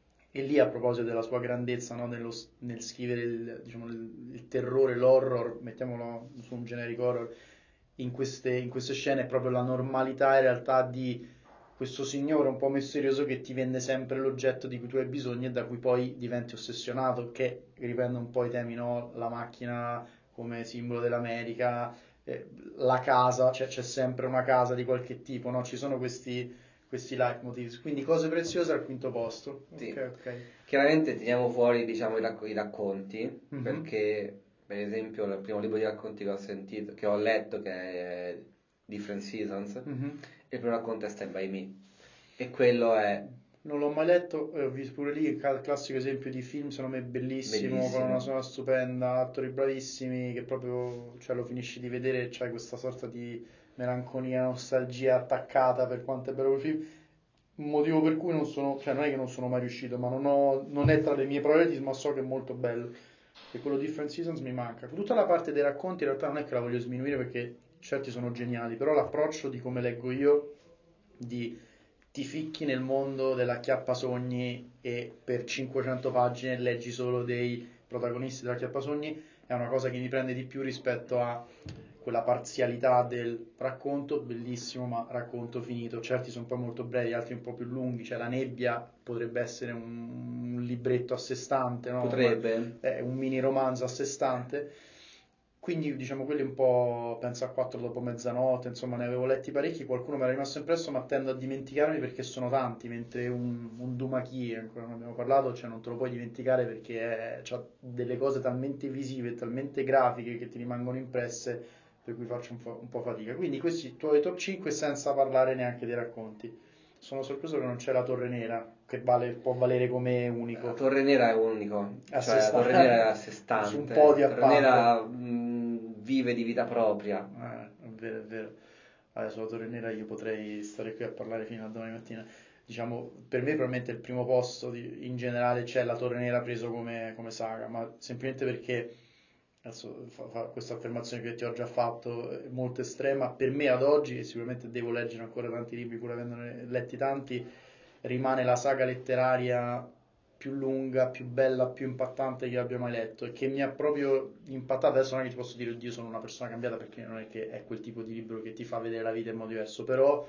e lì a proposito della sua grandezza, no, nello- nel scrivere il, diciamo, il- il terrore, l'horror, mettiamolo su un generico horror, in queste, in queste scene è proprio la normalità in realtà di questo signore un po' misterioso che ti vende sempre l'oggetto di cui tu hai bisogno e da cui poi diventi ossessionato, che riprende un po' i temi, no? La macchina come simbolo dell'America, eh, la casa, cioè c'è sempre una casa di qualche tipo, no? Ci sono questi, questi leitmotiv, quindi Cose preziose al quinto posto. Sì. Ok, ok. Chiaramente teniamo fuori, diciamo, i, racco- i racconti, Mhm. perché per esempio il primo libro di racconti che ho sentito, che ho letto, che è Different Seasons, Mhm. il primo racconto è Stand By Me. E quello è Non l'ho mai letto, eh, ho visto pure lì il ca- classico esempio di film, secondo me bellissimo, con una bellissimo. sonora stupenda, attori bravissimi, che proprio, cioè, lo finisci di vedere e c'hai questa sorta di melanconia, nostalgia attaccata per quanto è bello quel film. Un motivo per cui non sono, cioè non è che non sono mai riuscito, ma non ho, non è tra le mie priorities, ma so che è molto bello. E quello Different Seasons mi manca. Tutta la parte dei racconti in realtà non è che la voglio sminuire perché certi sono geniali, però l'approccio di come leggo io, di ti ficchi nel mondo della Chiappasogni e per cinquecento pagine leggi solo dei protagonisti della Chiappasogni, è una cosa che mi prende di più rispetto a quella parzialità del racconto, bellissimo, ma racconto finito. Certi sono poi molto brevi, altri un po' più lunghi. Cioè La nebbia potrebbe essere un, un libretto a sé stante, no? Potrebbe. È un mini romanzo a sé stante. Quindi diciamo quelli un po', penso a quattro dopo mezzanotte, insomma ne avevo letti parecchi, qualcuno mi era rimasto impresso, ma tendo a dimenticarmi perché sono tanti, mentre un, un Dumaki, ancora non abbiamo parlato, cioè non te lo puoi dimenticare perché ha delle cose talmente visive, talmente grafiche che ti rimangono impresse, per cui faccio un po', un po' fatica. Quindi questi i tuoi top cinque senza parlare neanche dei racconti. Sono sorpreso che non c'è La Torre Nera, che vale- può valere come unico. La Torre Nera è unico, A cioè sé la Torre stante. Nera è a sé Su un stante. podio La a Torre parte. Nera mh, vive di vita propria. Eh, è vero, è vero. Adesso La Torre Nera io potrei stare qui a parlare fino a domani mattina. Diciamo, per me probabilmente il primo posto di- in generale c'è La Torre Nera preso come, come saga, ma semplicemente perché, adesso fa, fa questa affermazione che ti ho già fatto, è molto estrema, per me ad oggi, e sicuramente devo leggere ancora tanti libri, pur avendone letti tanti, rimane la saga letteraria più lunga, più bella, più impattante che abbia mai letto e che mi ha proprio impattato. Adesso non è che ti posso dire, oddio, sono una persona cambiata perché non è che è quel tipo di libro che ti fa vedere la vita in modo diverso, però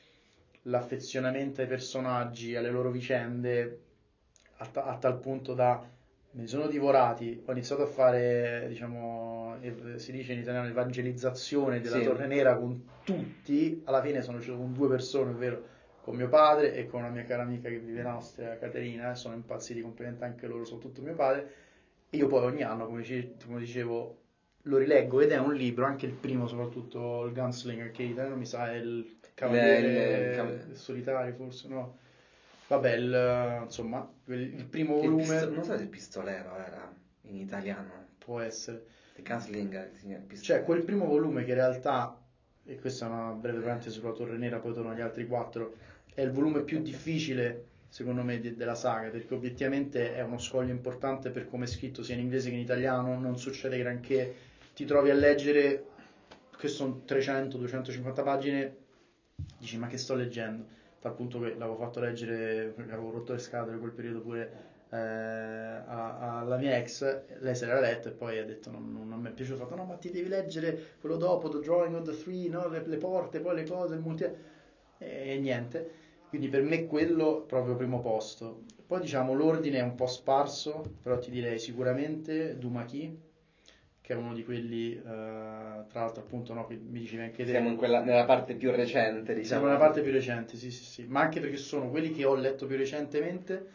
l'affezionamento ai personaggi, alle loro vicende, a, ta- a tal punto da me li sono divorati. Ho iniziato a fare, diciamo, eh, si dice in italiano, evangelizzazione della Sì. Torre Nera con tutti. Alla fine sono uscito con due persone, ovvero con mio padre e con una mia cara amica che vive in Austria, Caterina, e sono impazziti completamente anche loro, soprattutto mio padre. E io poi ogni anno, come, dice- come dicevo, lo rileggo ed è un libro, anche il primo, soprattutto il Gunslinger, che in italiano mi sa è il Il, il, Cavaliere Solitario, forse no. Vabbè, il, insomma, il, il primo il volume pisto- non so se il pistolero era in italiano. può essere. The Gunslinger, il signor Cioè, pistolero. quel primo volume che in realtà, e questa è una breve parentesi sulla Torre Nera, poi torno agli altri quattro, è il volume più difficile, secondo me, de- della saga, perché obiettivamente è uno scoglio importante per come è scritto sia in inglese che in italiano, non succede granché, ti trovi a leggere, che sono trecento duecentocinquanta pagine, dici ma che sto leggendo? Dal punto che l'avevo fatto leggere, perché avevo rotto le scatole quel periodo pure eh, a- alla mia ex, lei se l'era letto e poi ha detto non, non, non mi è piaciuto, ha fatto no ma ti devi leggere quello dopo, The Drawing of the Three, no? le, le porte, poi le cose, il multi... e niente, quindi per me quello è proprio primo posto. Poi diciamo l'ordine è un po' sparso, però ti direi sicuramente Dumaki, che è uno di quelli, eh, tra l'altro appunto no, che mi dicevi anche te, Siamo in quella, nella parte più recente, diciamo. siamo nella parte più recente, sì sì sì, ma anche perché sono quelli che ho letto più recentemente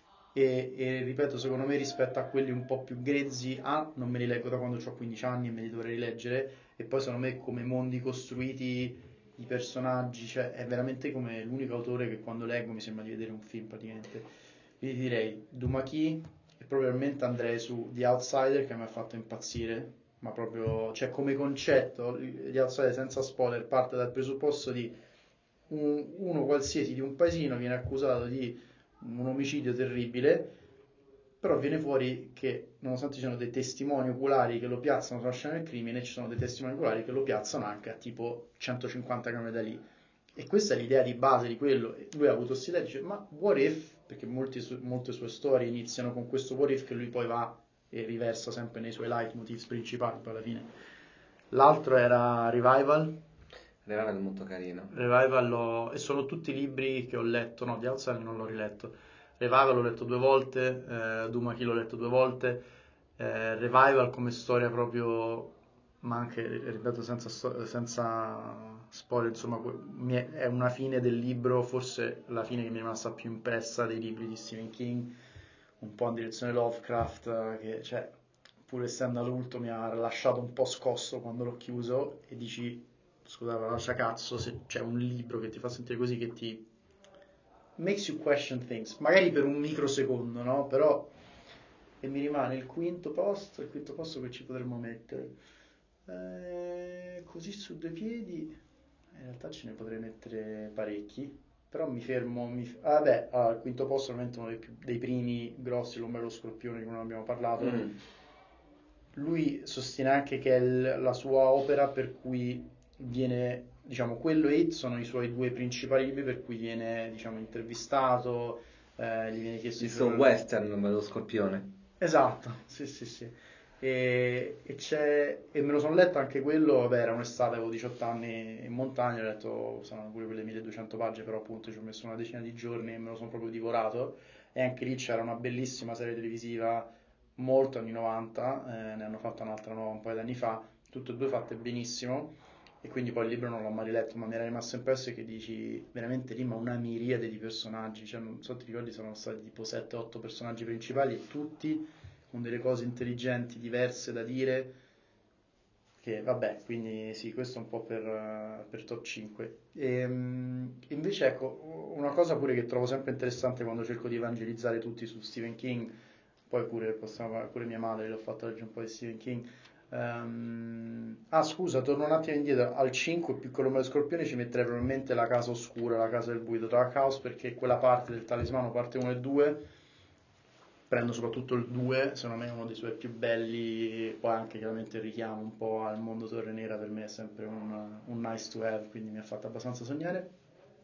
e, e, ripeto, secondo me rispetto a quelli un po' più grezzi, ah, non me li leggo da quando ho quindici anni e me li dovrei rileggere, e poi secondo me come mondi costruiti, i personaggi, cioè è veramente come l'unico autore che quando leggo mi sembra di vedere un film praticamente. Quindi direi Dumaki e probabilmente andrei su The Outsider che mi ha fatto impazzire, ma proprio, cioè come concetto, The Outsider senza spoiler parte dal presupposto di un- uno qualsiasi di un paesino viene accusato di un omicidio terribile, però viene fuori che nonostante ci siano dei testimoni oculari che lo piazzano sulla scena del crimine, ci sono dei testimoni oculari che lo piazzano anche a tipo centocinquanta km da lì. E questa è l'idea di base di quello. E lui ha avuto questa idea e dice, ma what if, perché molti su- molte sue storie iniziano con questo what if che lui poi va e riversa sempre nei suoi leitmotiv principali, poi alla fine. L'altro era Revival, Revival è molto carino. Revival l'ho- e sono tutti libri che ho letto, no, di Outsider non l'ho riletto. Revival l'ho letto due volte, eh, Dumaki l'ho letto due volte, eh, Revival come storia proprio, ma anche, ripeto, senza, sto- senza spoiler, insomma, que- mi è, è una fine del libro, forse la fine che mi è rimasta più impressa dei libri di Stephen King, un po' in direzione Lovecraft, eh, che cioè, pur essendo adulto mi ha lasciato un po' scosso quando l'ho chiuso e dici scusa la lascia cazzo se c'è un libro che ti fa sentire così che ti makes you question things magari per un microsecondo, no? Però e mi rimane il quinto posto il quinto posto che ci potremmo mettere eh, così su due piedi in realtà ce ne potrei mettere parecchi però mi fermo mi... Ah, vabbè ah, al quinto posto ovviamente uno dei, più, dei primi grossi l'Ombrello Scorpione di cui non abbiamo parlato. Mm. Lui sostiene anche che è il- la sua opera per cui viene, diciamo, quello e It sono i suoi due principali libri per cui viene, diciamo, intervistato, eh, gli viene chiesto Il di suo fare... western, lo scorpione. Esatto, sì, sì, sì. E, e, c'è, e me lo sono letto anche quello, vabbè, era un'estate, avevo diciotto anni in montagna, ho letto, saranno pure quelle milleduecento pagine, però appunto ci ho messo una decina di giorni e me lo sono proprio divorato. E anche lì c'era una bellissima serie televisiva, molto anni novanta, eh, ne hanno fatta un'altra nuova un paio di anni fa, tutte e due fatte benissimo. E quindi poi il libro non l'ho mai riletto, ma mi era rimasto impresso che dici veramente lì, ma una miriade di personaggi, cioè non so, ti ricordi, sono stati tipo sette otto personaggi principali e tutti con delle cose intelligenti, diverse da dire, che vabbè, quindi sì, questo è un po' per, eh, per top cinque. E, mm, invece ecco, una cosa pure che trovo sempre interessante quando cerco di evangelizzare tutti su Stephen King, poi pure, possiamo, pure mia madre le ho fatto leggere un po' di Stephen King. Ehm, ah, scusa, torno un attimo indietro. Al cinque, Piccolo Mare Scorpione, ci metterei probabilmente La Casa Oscura, La Casa del Buio, Dark House, perché quella parte del Talismano, parte uno e due, prendo soprattutto il due, secondo me è uno dei suoi più belli, poi anche chiaramente il richiamo un po' al mondo Torre Nera per me è sempre un, un nice to have, quindi mi ha fatto abbastanza sognare.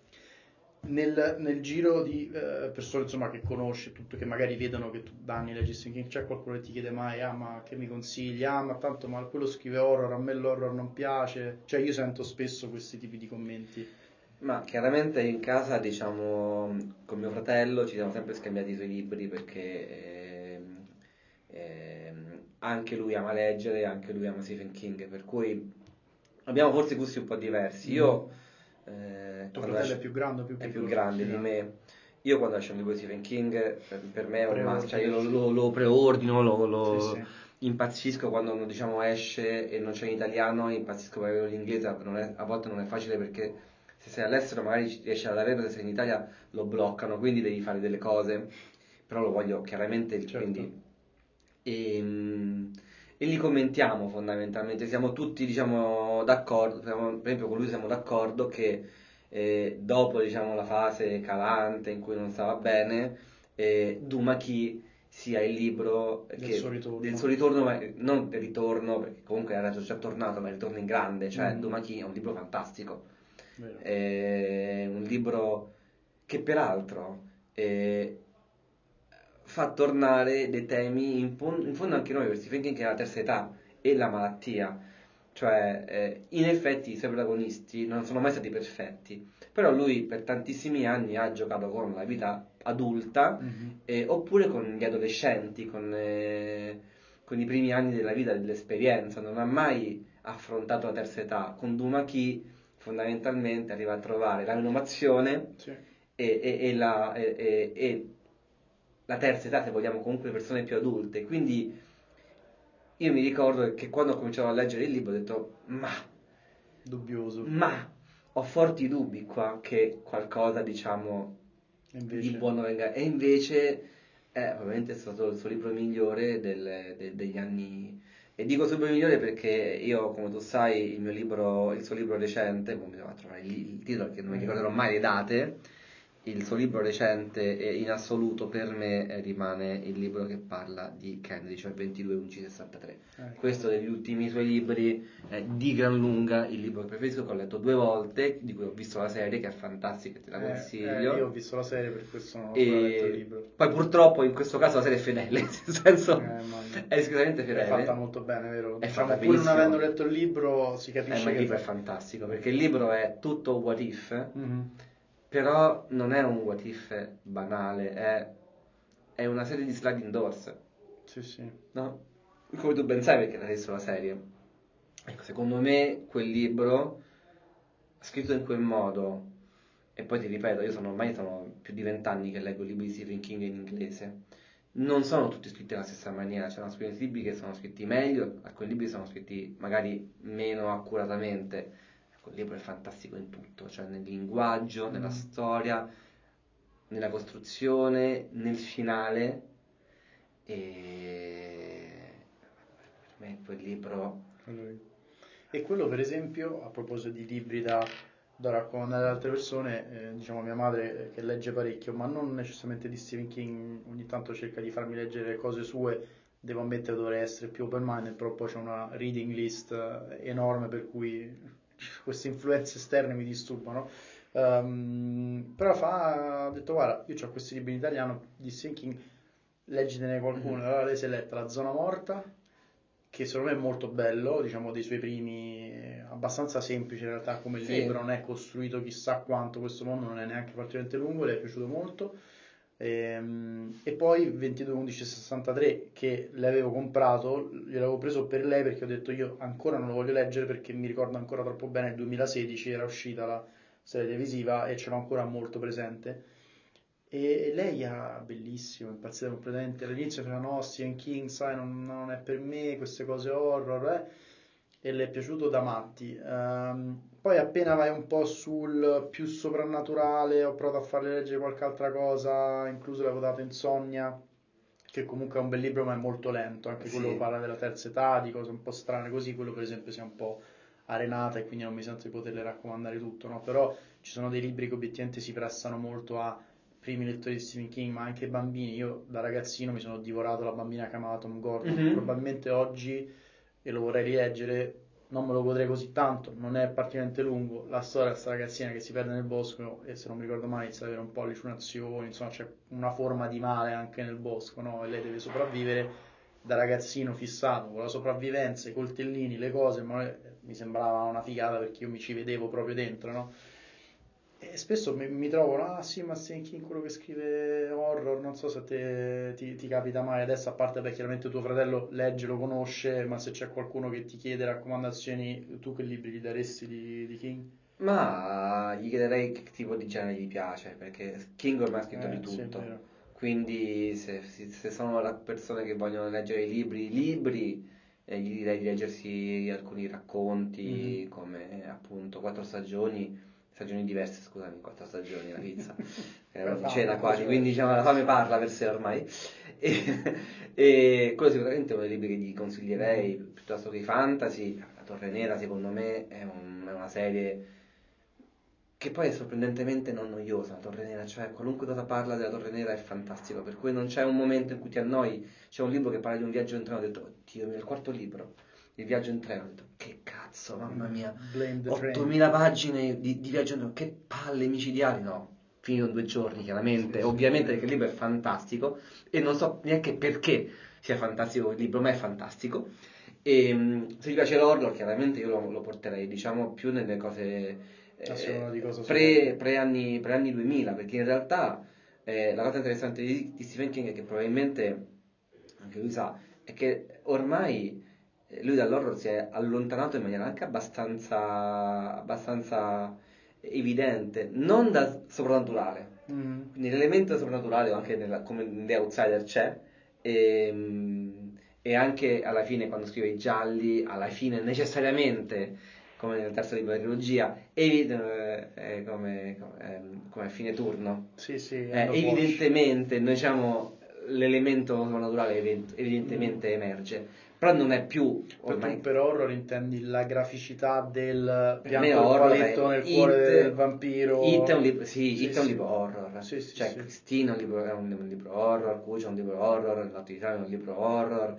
Nel, nel giro di eh, persone insomma che conosci, tutto, che magari vedono che tu da anni leggi Stephen King, c'è qualcuno che ti chiede mai, ah ma che mi consigli, ah ma tanto ma quello scrive horror, a me l'horror non piace, cioè io sento spesso questi tipi di commenti. Ma chiaramente in casa, diciamo, con mio fratello ci siamo sempre scambiati i suoi libri perché ehm, ehm, anche lui ama leggere, anche lui ama Stephen King, per cui abbiamo forse gusti un po' diversi. Io, eh, Tuo quando fratello è lascio- più grande o più è più piccolo? grande Più di grande. me, io quando lascio un libro di Stephen King, per, per me è un must, cioè io lo, Preordini, lo- lo preordino, lo, sì lo- sì, impazzisco quando diciamo esce e non c'è in italiano, impazzisco per averlo in inglese, non è- a volte non è facile perché se sei all'estero magari ci riesci ad averlo, se sei in Italia lo bloccano, quindi devi fare delle cose, però lo voglio chiaramente, certo. quindi... E, mm, e li commentiamo fondamentalmente, siamo tutti diciamo d'accordo, siamo- per esempio con lui siamo d'accordo che eh, dopo diciamo la fase calante in cui non stava bene, eh, Dumaki sia il libro Del suo che, del ritorno. suo ritorno, ma non del ritorno, perché comunque era già tornato, ma il ritorno in grande, cioè Mhm, Dumaki è un libro fantastico. vero. È un libro che peraltro eh, fa tornare dei temi, in, fon- in fondo anche noi, per Stephen King, che è la terza età e la malattia. Cioè, eh, in effetti i suoi protagonisti non sono mai stati perfetti, però lui per tantissimi anni ha giocato con la vita adulta, Mhm. eh, oppure con gli adolescenti, con, eh, con i primi anni della vita, dell'esperienza, non ha mai affrontato la terza età. Con Dumaki fondamentalmente arriva a trovare la renovazione Sì. e, e- e la, e- e- e la terza età, se vogliamo, comunque persone più adulte. Quindi io mi ricordo che quando ho cominciato a leggere il libro ho detto, ma, Dubbioso. ma, ho forti dubbi qua che qualcosa, diciamo, E di invece, buono venga. E invece è ovviamente è stato il suo libro migliore del- de- degli anni. E dico suo libro migliore perché io, come tu sai, il mio libro, il suo libro recente, come mi devo trovare il, il titolo perché non mi eh, ricorderò mai le date, il suo libro recente e in assoluto per me eh, rimane il libro che parla di Kennedy, cioè ventidue undici sessantatré. eh, Questo cavolo. degli ultimi suoi libri è di gran lunga il libro che preferisco, che ho letto due volte, di cui ho visto la serie, che è fantastica e te la Eh, eh, io ho consiglio. visto la serie, per questo non ho ancora letto il E libro. poi purtroppo in questo caso la serie è fedele, nel senso Eh, immagino. è discretamente È fatta fedele, molto bene, vero? è fatta Diciamo, pur non avendo benissimo. letto il libro, si Eh, ma capisce il che è libro è fatto. fantastico perché il libro è tutto what if, Mhm. però non è un what if banale, è, è una serie di sliding doors, Sì, sì. no? Come tu ben sai perché l'hai visto la serie. Ecco, secondo me quel libro, scritto in quel modo, e poi ti ripeto, io sono ormai sono più di vent'anni che leggo libri di Stephen King in inglese, non sono tutti scritti alla stessa maniera, c'erano alcuni libri che sono scritti meglio, alcuni libri sono scritti magari meno accuratamente. Quel libro è fantastico in tutto, cioè nel linguaggio, nella Mm. storia, nella costruzione, nel finale. E per me quel libro... Quello lì. E quello per esempio, a proposito di libri da, da raccomandare ad altre persone, eh, diciamo mia madre eh, che legge parecchio, ma non necessariamente di Stephen King, ogni tanto cerca di farmi leggere cose sue, devo ammettere dovrei essere più open minded, però poi c'è una reading list eh, enorme per cui queste influenze esterne mi disturbano. Ehm, però fa, ha detto guarda, io ho questi libri in italiano di Stephen King, leggitene qualcuno. Mhm. Allora lei si è letta La zona morta, che secondo me è molto bello, diciamo dei suoi primi, abbastanza semplice in realtà come Sì. libro, non è costruito chissà quanto, questo mondo non è neanche particolarmente lungo, le è piaciuto molto. Ehm, E, poi ventidue undici sessantatré che l'avevo comprato, gliel'avevo preso per lei perché ho detto io ancora non lo voglio leggere perché mi ricordo ancora troppo bene il duemilasedici era uscita la serie televisiva e ce l'ho ancora molto presente. E lei è bellissimo, impazzita completamente. All'inizio faceva no, Stephen King, sai, non, non è per me, queste cose horror, eh. E le è piaciuto da matti. Ehm, poi appena vai un po' sul più soprannaturale, ho provato a farle leggere qualche altra cosa, incluso l'avevo dato Insonnia, che comunque è un bel libro ma è molto lento, anche quello Sì. parla della terza età, di cose un po' strane così, quello per esempio si è un po' arenata e quindi non mi sento di poterle raccomandare tutto, no? Però ci sono dei libri che obiettivamente si prestano molto a primi lettori di Stephen King, ma anche bambini. Io da ragazzino mi sono divorato la bambina che amava Tom Gordon. Mhm. Probabilmente oggi, e lo vorrei rileggere, non me lo godrei così tanto, non è particolarmente lungo. La storia di questa ragazzina che si perde nel bosco e se non mi ricordo male inizia ad avere un po' allucinazioni, insomma c'è una forma di male anche nel bosco, no? E lei deve sopravvivere da ragazzino fissato con la sopravvivenza, i coltellini, le cose, ma mi sembrava una figata perché io mi ci vedevo proprio dentro, no? E spesso mi, mi trovano, ah sì, ma Stephen King, quello che scrive horror, non so se a te ti, ti capita mai adesso, a parte, beh, chiaramente tuo fratello legge, lo conosce, ma se c'è qualcuno che ti chiede raccomandazioni, tu che libri gli daresti di, di King? Ma gli chiederei che tipo di genere gli piace, perché King ormai ha scritto di Eh, sì, è tutto. vero. Quindi se, se- se sono la- persone che vogliono leggere i libri, i libri, eh, gli direi di leggersi alcuni racconti Mhm. come appunto Quattro stagioni, stagioni diverse, scusami, quattro stagioni la pizza, è Poi ora di fame, cena poi quasi, ci quindi vuole. diciamo la fame parla per sé ormai. E, e quello sicuramente è uno dei libri che gli consiglierei, Mhm. piuttosto che i fantasy. La Torre Nera secondo me è, un- è una serie che poi è sorprendentemente non noiosa, la Torre Nera, cioè qualunque cosa parla della Torre Nera è fantastico, per cui non c'è un momento in cui ti annoi. C'è un libro che parla di un viaggio in treno, ho detto, oddio, nel quarto libro, il viaggio in treno, ho detto, che cazzo, mamma mia, Blame the train. ottomila pagine di, di viaggio in treno, che palle micidiali, no, finito in due giorni chiaramente, Sì, sì, ovviamente sì. perché il libro è fantastico e non so neanche perché sia fantastico il libro, ma è fantastico. E mh, se gli piace l'horror, chiaramente io lo, lo porterei, diciamo, più nelle cose Ah, se uno eh, di cosa si pre, legge. pre anni, pre anni duemila, perché in realtà eh, la cosa interessante di, di Stephen King è che probabilmente, anche lui sa, è che ormai eh, lui dall'horror si è allontanato in maniera anche abbastanza, abbastanza evidente, non da soprannaturale. Mhm. Quindi l'elemento soprannaturale anche nella- come in The Outsider c'è, e, e anche alla fine quando scrive i gialli, alla fine necessariamente come nel terzo libro della trilogia, evi- eh, eh, come, come, ehm, come a fine turno. Sì, sì, Eh, End of Watch. evidentemente, noi diciamo, l'elemento soprannaturale event- Mhm. evidentemente emerge, però non è più Poi tu ormai. per horror intendi la graficità del Per me pianto il horror paletto è nel cuore del It, It è un vampiro. libro, sì, Sì, It è un sì, libro horror, sì, sì, cioè sì. Christine è un libro, è un, un libro horror, Cuccia è un libro horror, Notte di Sale è un libro horror,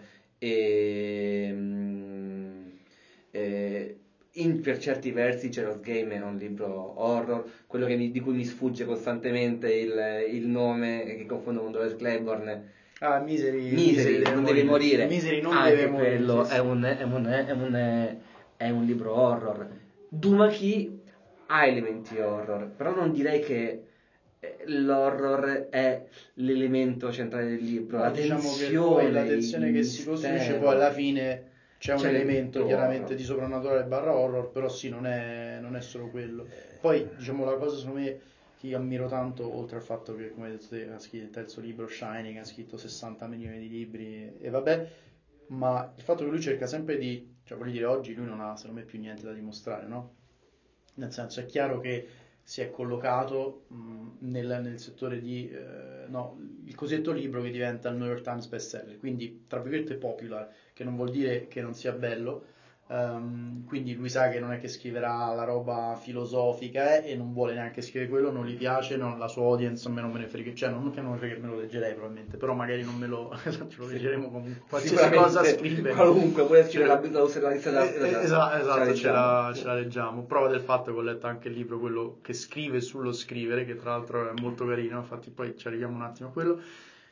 e, mm, e in, per certi versi Gerald's Game è un libro horror, quello che mi- di cui mi sfugge costantemente il, il nome, che confondo con Dolores Claiborne. Ah, Misery, Misery Misery, deve non deve morire. morire, Misery non deve anche morire, sì, quello è sì. un, è un, è un, è un libro horror. Dumaki ha elementi horror, però non direi che eh, l'horror è l'elemento centrale del libro, No, la diciamo che poi la tensione, il tensione che si costruisce, poi alla mistero, fine c'è un c'è elemento l'elemento chiaramente horror. di soprannaturale barra horror, però sì, non è, non è solo quello. Poi, diciamo, la cosa secondo me che io ammiro tanto, oltre al fatto che, come hai detto te, ha scritto il terzo libro, Shining, ha scritto sessanta milioni di libri e vabbè, ma il fatto che lui cerca sempre di, cioè voglio dire, oggi lui non ha secondo me più niente da dimostrare, no? Nel senso è chiaro che si è collocato mh, nel, nel settore di, eh, no, il cosiddetto libro che diventa il New York Times bestseller, quindi tra virgolette popular, che non vuol dire che non sia bello, ehm, quindi lui sa che non è che scriverà la roba filosofica eh, e non vuole neanche scrivere quello, non gli piace, non- la sua audience a me non me ne frega, cioè non che non me ne frega, me lo leggerei probabilmente, però magari non me lo, ce lo Sì. leggeremo comunque, qualsiasi cosa Sicuramente scrive. qualunque vuole scrivere Ce- la, la, la lista della eh, spesa, eh, ce la, esa- ce la esatto, ce leggiamo. la, ce la leggiamo. Prova del fatto che ho letto anche il libro, quello che scrive sullo scrivere, che tra l'altro è molto carino, infatti poi ci arriviamo un attimo a quello.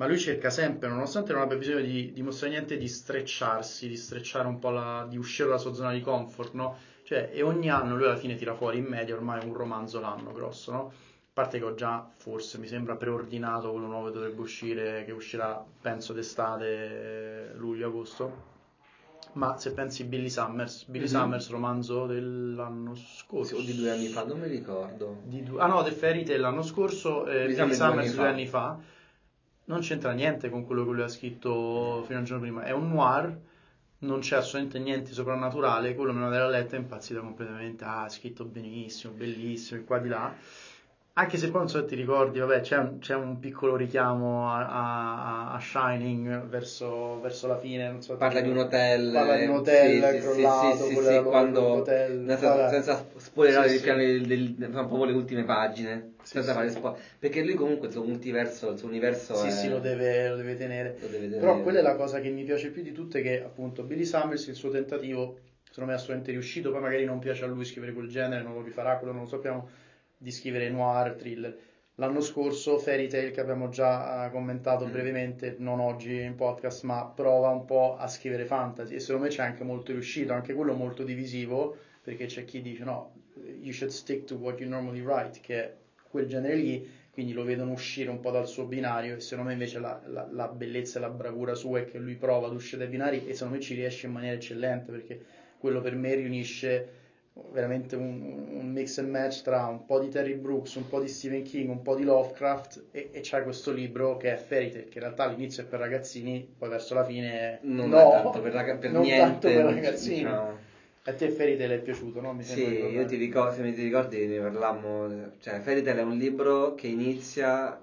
ma lui cerca sempre, nonostante non abbia bisogno di dimostrare niente, di strecciarsi, di strecciare un po' la, di uscire dalla sua zona di comfort, no? Cioè, e ogni anno lui alla fine tira fuori in media ormai un romanzo l'anno grosso, no? A parte che ho già, forse, mi sembra preordinato quello nuovo che dovrebbe uscire, che uscirà, penso, d'estate, luglio-agosto. Ma se pensi Billy Summers, Billy Mhm. Summers, romanzo dell'anno scorso. O di due anni fa, non mi ricordo. Di due- ah no, The Fairy Tail l'anno scorso, eh, Billy Billy Summers due Summers anni due fa. anni fa. Non c'entra niente con quello che lui ha scritto fino al giorno prima. È un noir, non c'è assolutamente niente soprannaturale. Quello me l'aveva letto e è impazzito completamente. Ah, ha scritto benissimo, bellissimo, e qua di là. Anche se poi non so se ti ricordi, vabbè, c'è un, c'è un piccolo richiamo a, a- a Shining verso, verso la fine, non so se ti Parla di un ricordi. hotel, Parla di un eh, hotel sì, sì, sì, sì, crollato, sì, quello era sì, loro il loro quando, hotel. senza, Vabbè. senza spoilerare Sì, il sì. piano del, del, del- proprio le ultime pagine, Sì, senza sì. fare spoiler, perché lui comunque il suo multiverso, il suo universo Sì, sì, lo è, deve, lo deve tenere. lo deve Però quella è tenere. la cosa che mi piace più di tutte, che appunto Billy Summers, il suo tentativo, secondo me è assolutamente riuscito, poi magari non piace a lui scrivere quel genere, non lo rifarà, quello non lo sappiamo, di scrivere noir, thriller. L'anno scorso Fairy Tail, che abbiamo già eh, commentato Mm. brevemente, non oggi in podcast, ma prova un po' a scrivere fantasy e secondo me c'è anche molto riuscito, anche quello molto divisivo, perché c'è chi dice no, you should stick to what you normally write, che è quel genere lì, quindi lo vedono uscire un po' dal suo binario, e secondo me invece la, la- la bellezza e la bravura sua è che lui prova ad uscire dai binari e secondo me ci riesce in maniera eccellente, perché quello per me riunisce veramente un, un mix and match tra un po' di Terry Brooks, un po' di Stephen King, un po' di Lovecraft, e, e c'è questo libro che è Fairy Tail, che in realtà all'inizio è per ragazzini, poi verso la fine Non è no, tanto per, raga- per non tanto niente, per dic- ragazzini. diciamo. A te Fairy Tail è piaciuto, no? Mi Sì, sembra di io ti ricordare. ricordo, se mi ti ricordi ne parlammo, cioè Fairy Tail è un libro che inizia,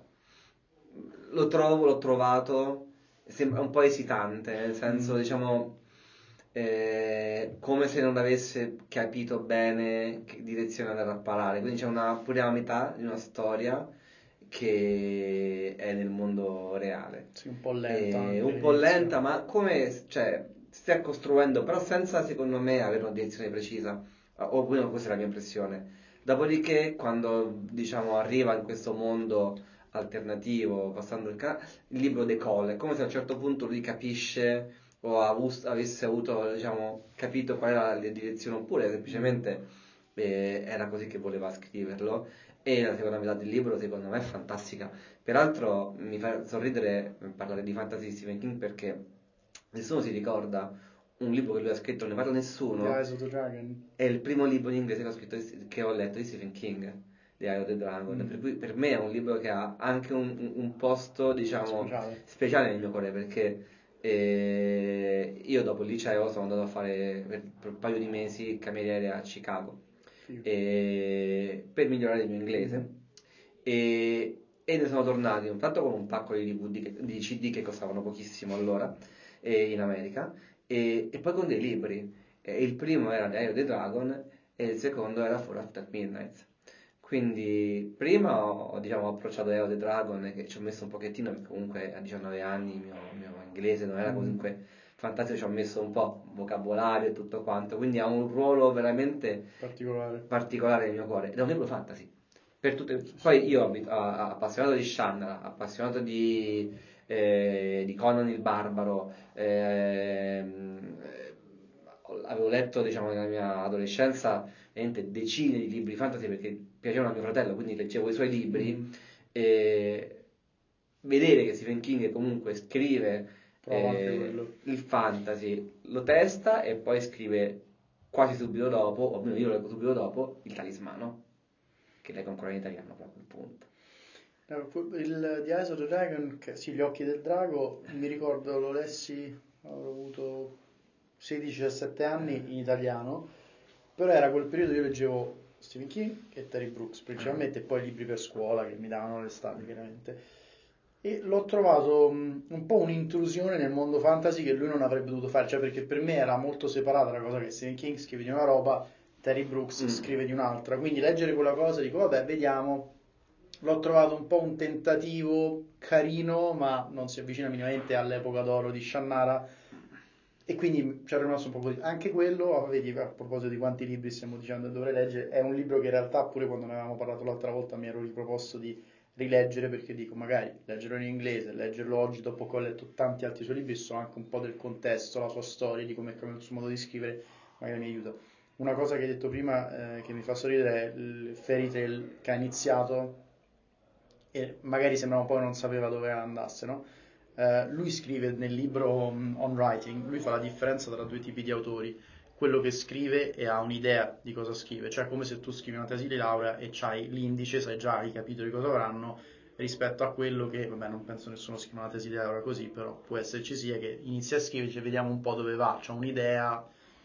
lo trovo, l'ho trovato, sembra un po' esitante, nel senso, Mm. diciamo, eh, come se non avesse capito bene che direzione andare a parare, quindi c'è una, pure la metà di una storia che è nel mondo reale. Sì, un po' lenta E anche un po' all'inizio. lenta, ma come, cioè, si sta costruendo, però senza, secondo me, avere una direzione precisa. O almeno questa è la mia impressione. Dopodiché, quando, diciamo, arriva in questo mondo alternativo, passando il canale, il libro decolla. È come se a un certo punto lui capisce o avus- avesse avuto, diciamo, capito qual era la direzione, oppure Mm. semplicemente eh, era così che voleva scriverlo. E la seconda metà del libro, secondo me, è fantastica. Peraltro mi fa sorridere parlare di fantasy di Stephen King perché nessuno si ricorda un libro che lui ha scritto, non ne parla The nessuno. Eyes of the Dragon. È il primo libro in inglese che ho, scritto, che ho letto di Stephen King, The Eye of the Dragon. Mm. Per cui per me è un libro che ha anche un, un- un posto, diciamo, Speciale. speciale nel mio cuore perché eh, io dopo il liceo sono andato a fare per, per un paio di mesi cameriere a Chicago Figo. e- per migliorare il mio inglese. Mm. E, e ne sono tornati intanto con un pacco di D V D, che- di C D che costavano pochissimo allora eh, in America e, e poi con dei libri. E il primo era The Eye of the Dragon e il secondo era For After Midnight. Quindi prima ho, diciamo, approcciato The Eye of the Dragon che ci ho messo un pochettino perché comunque a diciannove anni il mio, il mio inglese non era Mm. comunque fantastico, ci ho messo un po' vocabolario e tutto quanto, quindi ha un ruolo veramente Particolare. particolare nel mio cuore ed è un libro fantasy. Per tutte- Sì, sì. Poi io abit- a- a- appassionato di Shannara, appassionato di, eh, di Conan il Barbaro, ehm, eh, avevo letto diciamo nella mia adolescenza veramente decine di libri fantasy perché piacevano a mio fratello, quindi leggevo i suoi libri Mm. e vedere che Stephen King comunque scrive Prova anche eh, quello. il fantasy, lo testa e poi scrive quasi subito dopo, o almeno io lo leggo subito dopo, il Talismano, che leggo ancora in italiano però a quel punto. Eh, Il The Eyes of the Dragon, che, sì, Gli occhi del drago, mi ricordo, lo lessi, avrò avuto sedici diciassette anni in italiano, però era quel periodo io leggevo Stephen King e Terry Brooks principalmente, e poi libri per scuola che mi davano l'estate chiaramente. E l'ho trovato mh, un po' un'intrusione nel mondo fantasy che lui non avrebbe dovuto fare, cioè perché per me era molto separata la cosa che Stephen King scrive di una roba, Terry Brooks Mm. scrive di un'altra, quindi leggere quella cosa dico vabbè vediamo, l'ho trovato un po' un tentativo carino ma non si avvicina minimamente all'epoca d'oro di Shannara e quindi ci è rimasto un po' così. Anche quello, ah, vedi, a proposito di quanti libri stiamo dicendo che dovrei leggere, è un libro che in realtà pure quando ne avevamo parlato l'altra volta mi ero riproposto di rileggere, perché dico, magari leggerlo in inglese, leggerlo oggi dopo che ho letto tanti altri suoi libri, so anche un po' del contesto, la sua storia, di come è cambiato il suo modo di scrivere, magari mi aiuta. Una cosa che hai detto prima eh, che mi fa sorridere è il fairy tale che ha iniziato e magari sembrava un po' che non sapeva dove andasse, no? Eh, lui scrive nel libro um, On Writing, lui fa la differenza tra due tipi di autori, quello che scrive e ha un'idea di cosa scrive, cioè come se tu scrivi una tesi di laurea e c'hai l'indice, sai già i capitoli cosa avranno, rispetto a quello che, vabbè, non penso nessuno scriva una tesi di laurea così, però può esserci sia che inizia a scrivere, dice vediamo un po' dove va, c'ha un'idea.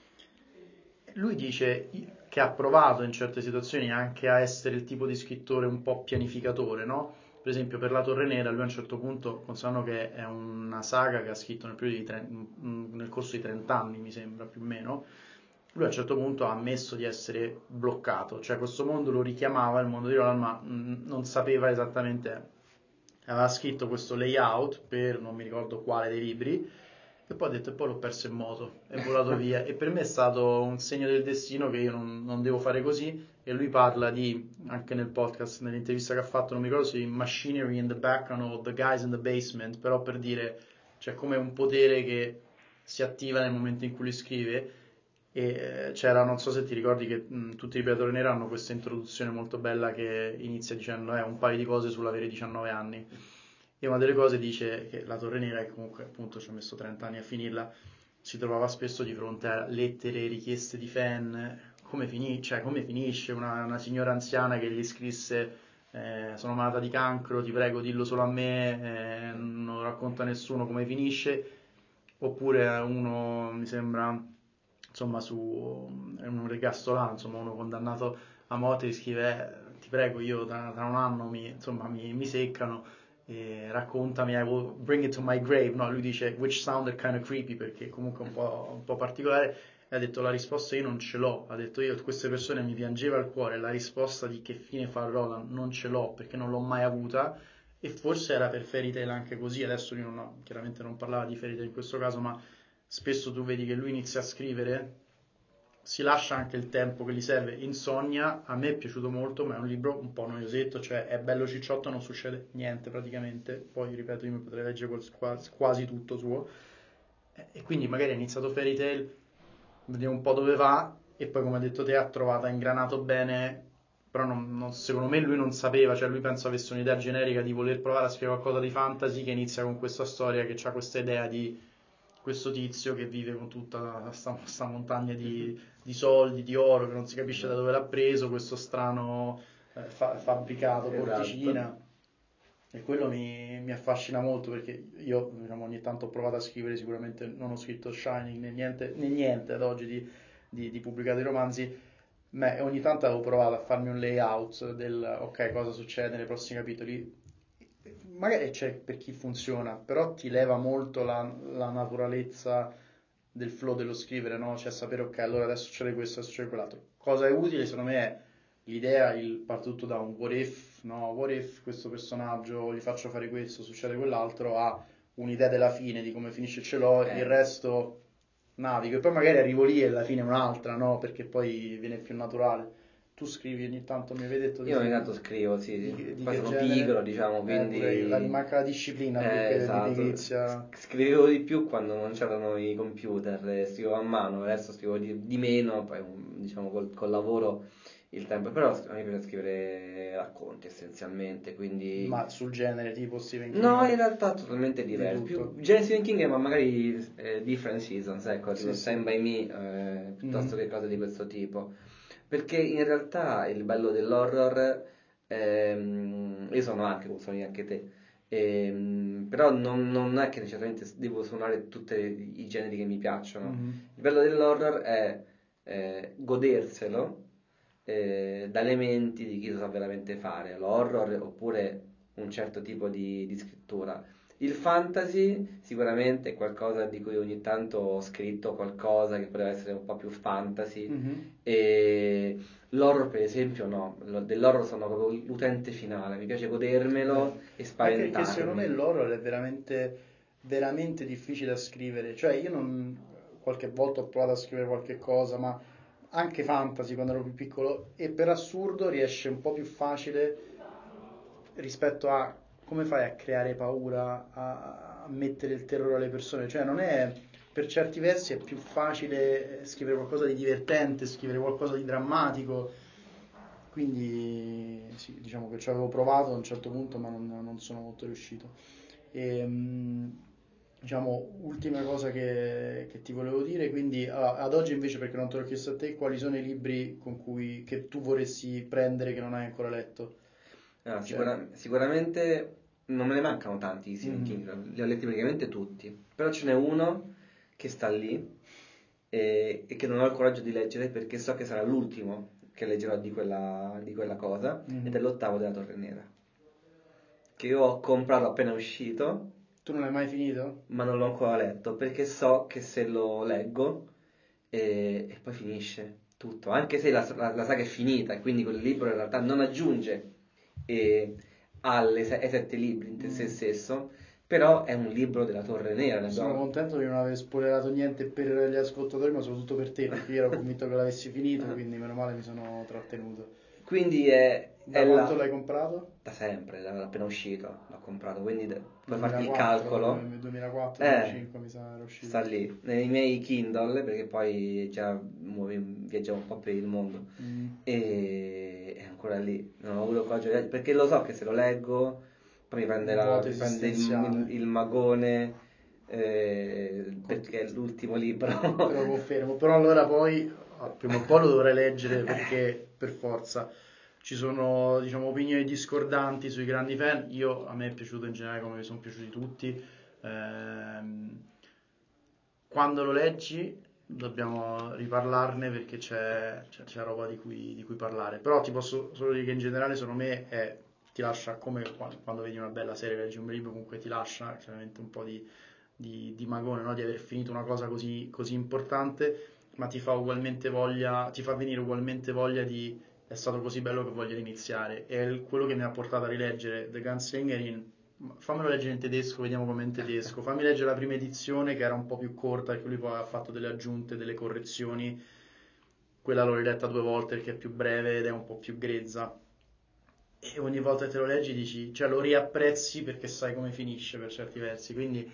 Lui dice che ha provato in certe situazioni anche a essere il tipo di scrittore un po' pianificatore, no? Per esempio per La Torre Nera, lui a un certo punto, considerando che è una saga che ha scritto nel, periodo di tre- nel corso di trenta anni, mi sembra, più o meno, lui a un certo punto ha ammesso di essere bloccato, cioè questo mondo lo richiamava, il mondo di Roland, ma mh, non sapeva esattamente, aveva scritto questo layout per non mi ricordo quale dei libri, e poi ha detto, e poi l'ho perso in moto, è volato via, e per me è stato un segno del destino che io non, non devo fare così, e lui parla di, anche nel podcast, nell'intervista che ha fatto, non mi ricordo se di machinery in the background o the guys in the basement, però per dire, c'è come un potere che si attiva nel momento in cui lui scrive, e eh, c'era, non so se ti ricordi che mh, tutti i Predatori Neri hanno questa introduzione molto bella che inizia dicendo eh, un paio di cose sull'avere diciannove anni. E una delle cose dice che la Torre Nera, che comunque appunto ci ha messo trenta anni a finirla, si trovava spesso di fronte a lettere, richieste di fan, come, fini- cioè, come finisce una, una signora anziana che gli scrisse eh, sono malata di cancro, ti prego dillo solo a me, eh, non lo racconta a nessuno come finisce, oppure uno mi sembra insomma su è un ergastolano, insomma uno condannato a morte, gli scrive eh, ti prego io tra, tra un anno mi, insomma, mi, mi seccano, e raccontami, I will bring it to my grave, no, lui dice which sounded kind of creepy perché comunque un po', un po' particolare, e ha detto la risposta io non ce l'ho, ha detto io queste persone mi piangeva il cuore, la risposta di che fine fa Roland non ce l'ho perché non l'ho mai avuta, e forse era per Fairy Tail anche così, adesso lui non ho, chiaramente non parlava di Fairy Tail in questo caso, ma spesso tu vedi che lui inizia a scrivere, si lascia anche il tempo che gli serve, insonnia, a me è piaciuto molto, ma è un libro un po' noiosetto, cioè è bello cicciotto, non succede niente praticamente, poi ripeto io mi potrei leggere quasi, quasi tutto suo, e quindi magari ha iniziato Fairy Tail, vediamo un po' dove va, e poi come ha detto te ha trovato, ha ingranato bene, però non, non, secondo me lui non sapeva, cioè lui penso avesse un'idea generica di voler provare a scrivere qualcosa di fantasy che inizia con questa storia che ha questa idea di questo tizio che vive con tutta questa montagna di, di soldi, di oro, che non si capisce da dove l'ha preso, questo strano eh, fa- fabbricato, Esatto. porticina, e quello mi, mi affascina molto perché io diciamo, ogni tanto ho provato a scrivere, sicuramente non ho scritto Shining né niente, né niente ad oggi di, di, di pubblicato i romanzi, ma ogni tanto avevo provato a farmi un layout del ok, cosa succede nei prossimi capitoli. Magari c'è per chi funziona, però ti leva molto la, la naturalezza del flow dello scrivere, no? Cioè sapere ok, allora adesso succede questo, adesso succede quell'altro. Cosa è utile secondo me è l'idea, il parte tutto da un what if, no? What if questo personaggio gli faccio fare questo, succede quell'altro, ha un'idea della fine, di come finisce ce l'ho, Eh. il resto navigo, e poi magari arrivo lì e alla fine è un'altra, no? Perché poi viene più naturale. Tu scrivi ogni tanto, mi avevi detto di Io ogni sì, tanto scrivo, sì, di, sì. di Poi che sono genere? pigro, diciamo, Eh, pure io, la, mi quindi... manca la disciplina più Eh, che di esatto. pigrizia. S- Scrivevo di più quando non c'erano i computer, eh, scrivevo a mano, adesso scrivo di, di meno, poi mm, diciamo col, col lavoro il tempo, però a me piace scrivere racconti essenzialmente, quindi... Ma sul genere tipo Stephen No, in King, realtà totalmente di diverso. tutto. Più genere Stephen King, ma magari eh, different seasons, ecco, tipo Sì, sì. Stand By Me, eh, piuttosto Mhm. che cose di questo tipo. Perché in realtà il bello dell'horror, ehm, io sono anche, come sono anche te, ehm, però non, non è che necessariamente devo suonare tutti i generi che mi piacciono. Mhm. Il bello dell'horror è eh, goderselo eh, da elementi di chi lo sa veramente fare, l'horror oppure un certo tipo di, di scrittura. Il fantasy sicuramente è qualcosa di cui ogni tanto ho scritto qualcosa che poteva essere un po' più fantasy, Mhm. e l'horror per esempio no, Lo- dell'horror sono proprio l'utente finale, mi piace godermelo Vero. e Anche perché secondo me spaventarmi. l'horror è veramente, veramente difficile da scrivere. Cioè, io non, qualche volta ho provato a scrivere qualche cosa, ma anche fantasy quando ero più piccolo, e per assurdo riesce un po' più facile rispetto a come fai a creare paura, a, a mettere il terrore alle persone, cioè non è, per certi versi è più facile scrivere qualcosa di divertente, scrivere qualcosa di drammatico, quindi sì, diciamo che ci avevo provato a un certo punto ma non, non sono molto riuscito. E, mh, diciamo, ultima cosa che, che ti volevo dire, quindi ah, ad oggi invece, perché non te l'ho chiesto a te, quali sono i libri con cui, che tu vorresti prendere che non hai ancora letto? Ah, Cioè, sicura- sicuramente non me ne mancano tanti di Stephen mhm, King, li ho letti praticamente tutti, però ce n'è uno che sta lì e, e che non ho il coraggio di leggere perché so che sarà l'ultimo che leggerò di quella, di quella cosa, ed è mhm. l'ottavo della Torre Nera, che io ho comprato appena uscito, Tu non l'hai mai finito? ma non l'ho ancora letto perché so che se lo leggo e, e poi finisce tutto, anche se la, la- la saga è finita e quindi quel libro in realtà non aggiunge eh, alle se- ai sette libri in te- se Mm. stesso, però è un libro della Torre Nera, ne Sono abbiamo- contento di non aver spoilerato niente per gli ascoltatori, ma soprattutto per te, perché io ero convinto che l'avessi finito, quindi meno male mi sono trattenuto. quindi è, è Da quanto là, l'hai comprato? da sempre, da appena uscito l'ho comprato, quindi de- puoi farti il duemilaquattro, calcolo, duemilaquattro, eh, duemilacinque mi sa era uscito. sta lì, nei miei Kindle, perché poi già muovi- viaggiamo un po' per il mondo, Mm. e è ancora lì, non ho avuto il coraggio di leggere, perché lo so che se lo leggo poi mi prende, Un la- vuoto mi prende il, esistenziale. il- il magone, eh, Con- perché è l'ultimo libro. Te lo confermo, però allora poi ah, prima o poi lo dovrai leggere perché per forza ci sono, diciamo, opinioni discordanti sui grandi fan. Io, a me è piaciuto in generale come mi sono piaciuti tutti. Ehm, quando lo leggi dobbiamo riparlarne perché c'è, c'è- c'è roba di cui, di cui parlare. Però ti posso solo dire che in generale secondo me è- ti lascia come qua- quando vedi una bella serie, leggi un bel libro, comunque ti lascia chiaramente un po' di, di, di magone, no? Di aver finito una cosa così, così importante, ma ti fa ugualmente voglia, ti fa venire ugualmente voglia di è stato così bello che voglio iniziare. È il- quello che mi ha portato a rileggere The Gunslinger in fammelo leggere in tedesco, vediamo com'è in tedesco. Fammi leggere la prima edizione che era un po' più corta e che lui poi ha fatto delle aggiunte, delle correzioni. Quella l'ho riletta due volte perché è più breve ed è un po' più grezza. E ogni volta che te lo leggi dici, cioè lo riapprezzi perché sai come finisce per certi versi. Quindi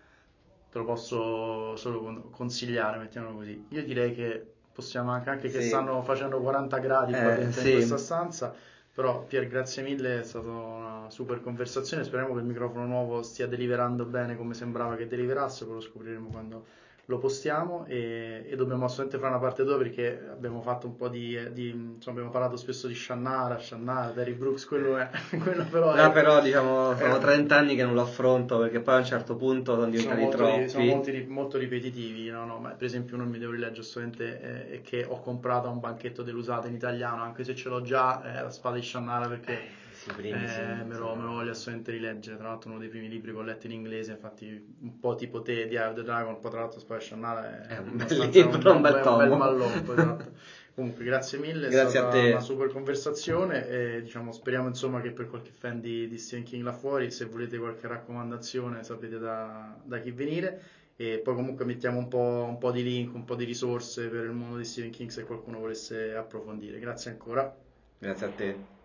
te lo posso solo con- consigliare, mettiamolo così. Io direi che possiamo anche, anche che Sì, stanno facendo quaranta gradi qua eh, dentro in questa sì. stanza, però Pier, grazie mille, è stata una super conversazione, speriamo che il microfono nuovo stia deliverando bene come sembrava che deliverasse, poi lo scopriremo quando lo postiamo e, e dobbiamo assolutamente fare una parte due perché abbiamo fatto un po' di, di- insomma abbiamo parlato spesso di Shannara, Shannara, Terry Brooks, quello, è, quello però No, è, però diciamo sono è- trenta anni che non lo affronto perché poi a un certo punto sono sono diventati molto, ri- sono molti troppi. ri- molto ripetitivi, no, no, ma per esempio uno mi devo rileggere assolutamente eh, è che ho comprato a un banchetto dell'usato in italiano, anche se ce l'ho già, è la spada di Shannara perché Eh, sì, i primi sì, eh, me lo, me lo sono... voglio assolutamente rileggere, tra l'altro uno dei primi libri che ho letto in inglese, infatti un po' tipo te di Eye of the Dragon, poi tra l'altro spada di Shannara È è un bel abbastanza un, libro, un un bel bel, un bel tomo. malloppo, esatto. Comunque, grazie mille, è Grazie a stata una te. super conversazione e diciamo, speriamo insomma che per qualche fan di, di Stephen King là fuori, se volete qualche raccomandazione sapete da, da chi venire e poi comunque mettiamo un po', un po' di link, un po' di risorse per il mondo di Stephen King se qualcuno volesse approfondire. Grazie ancora. Grazie a te.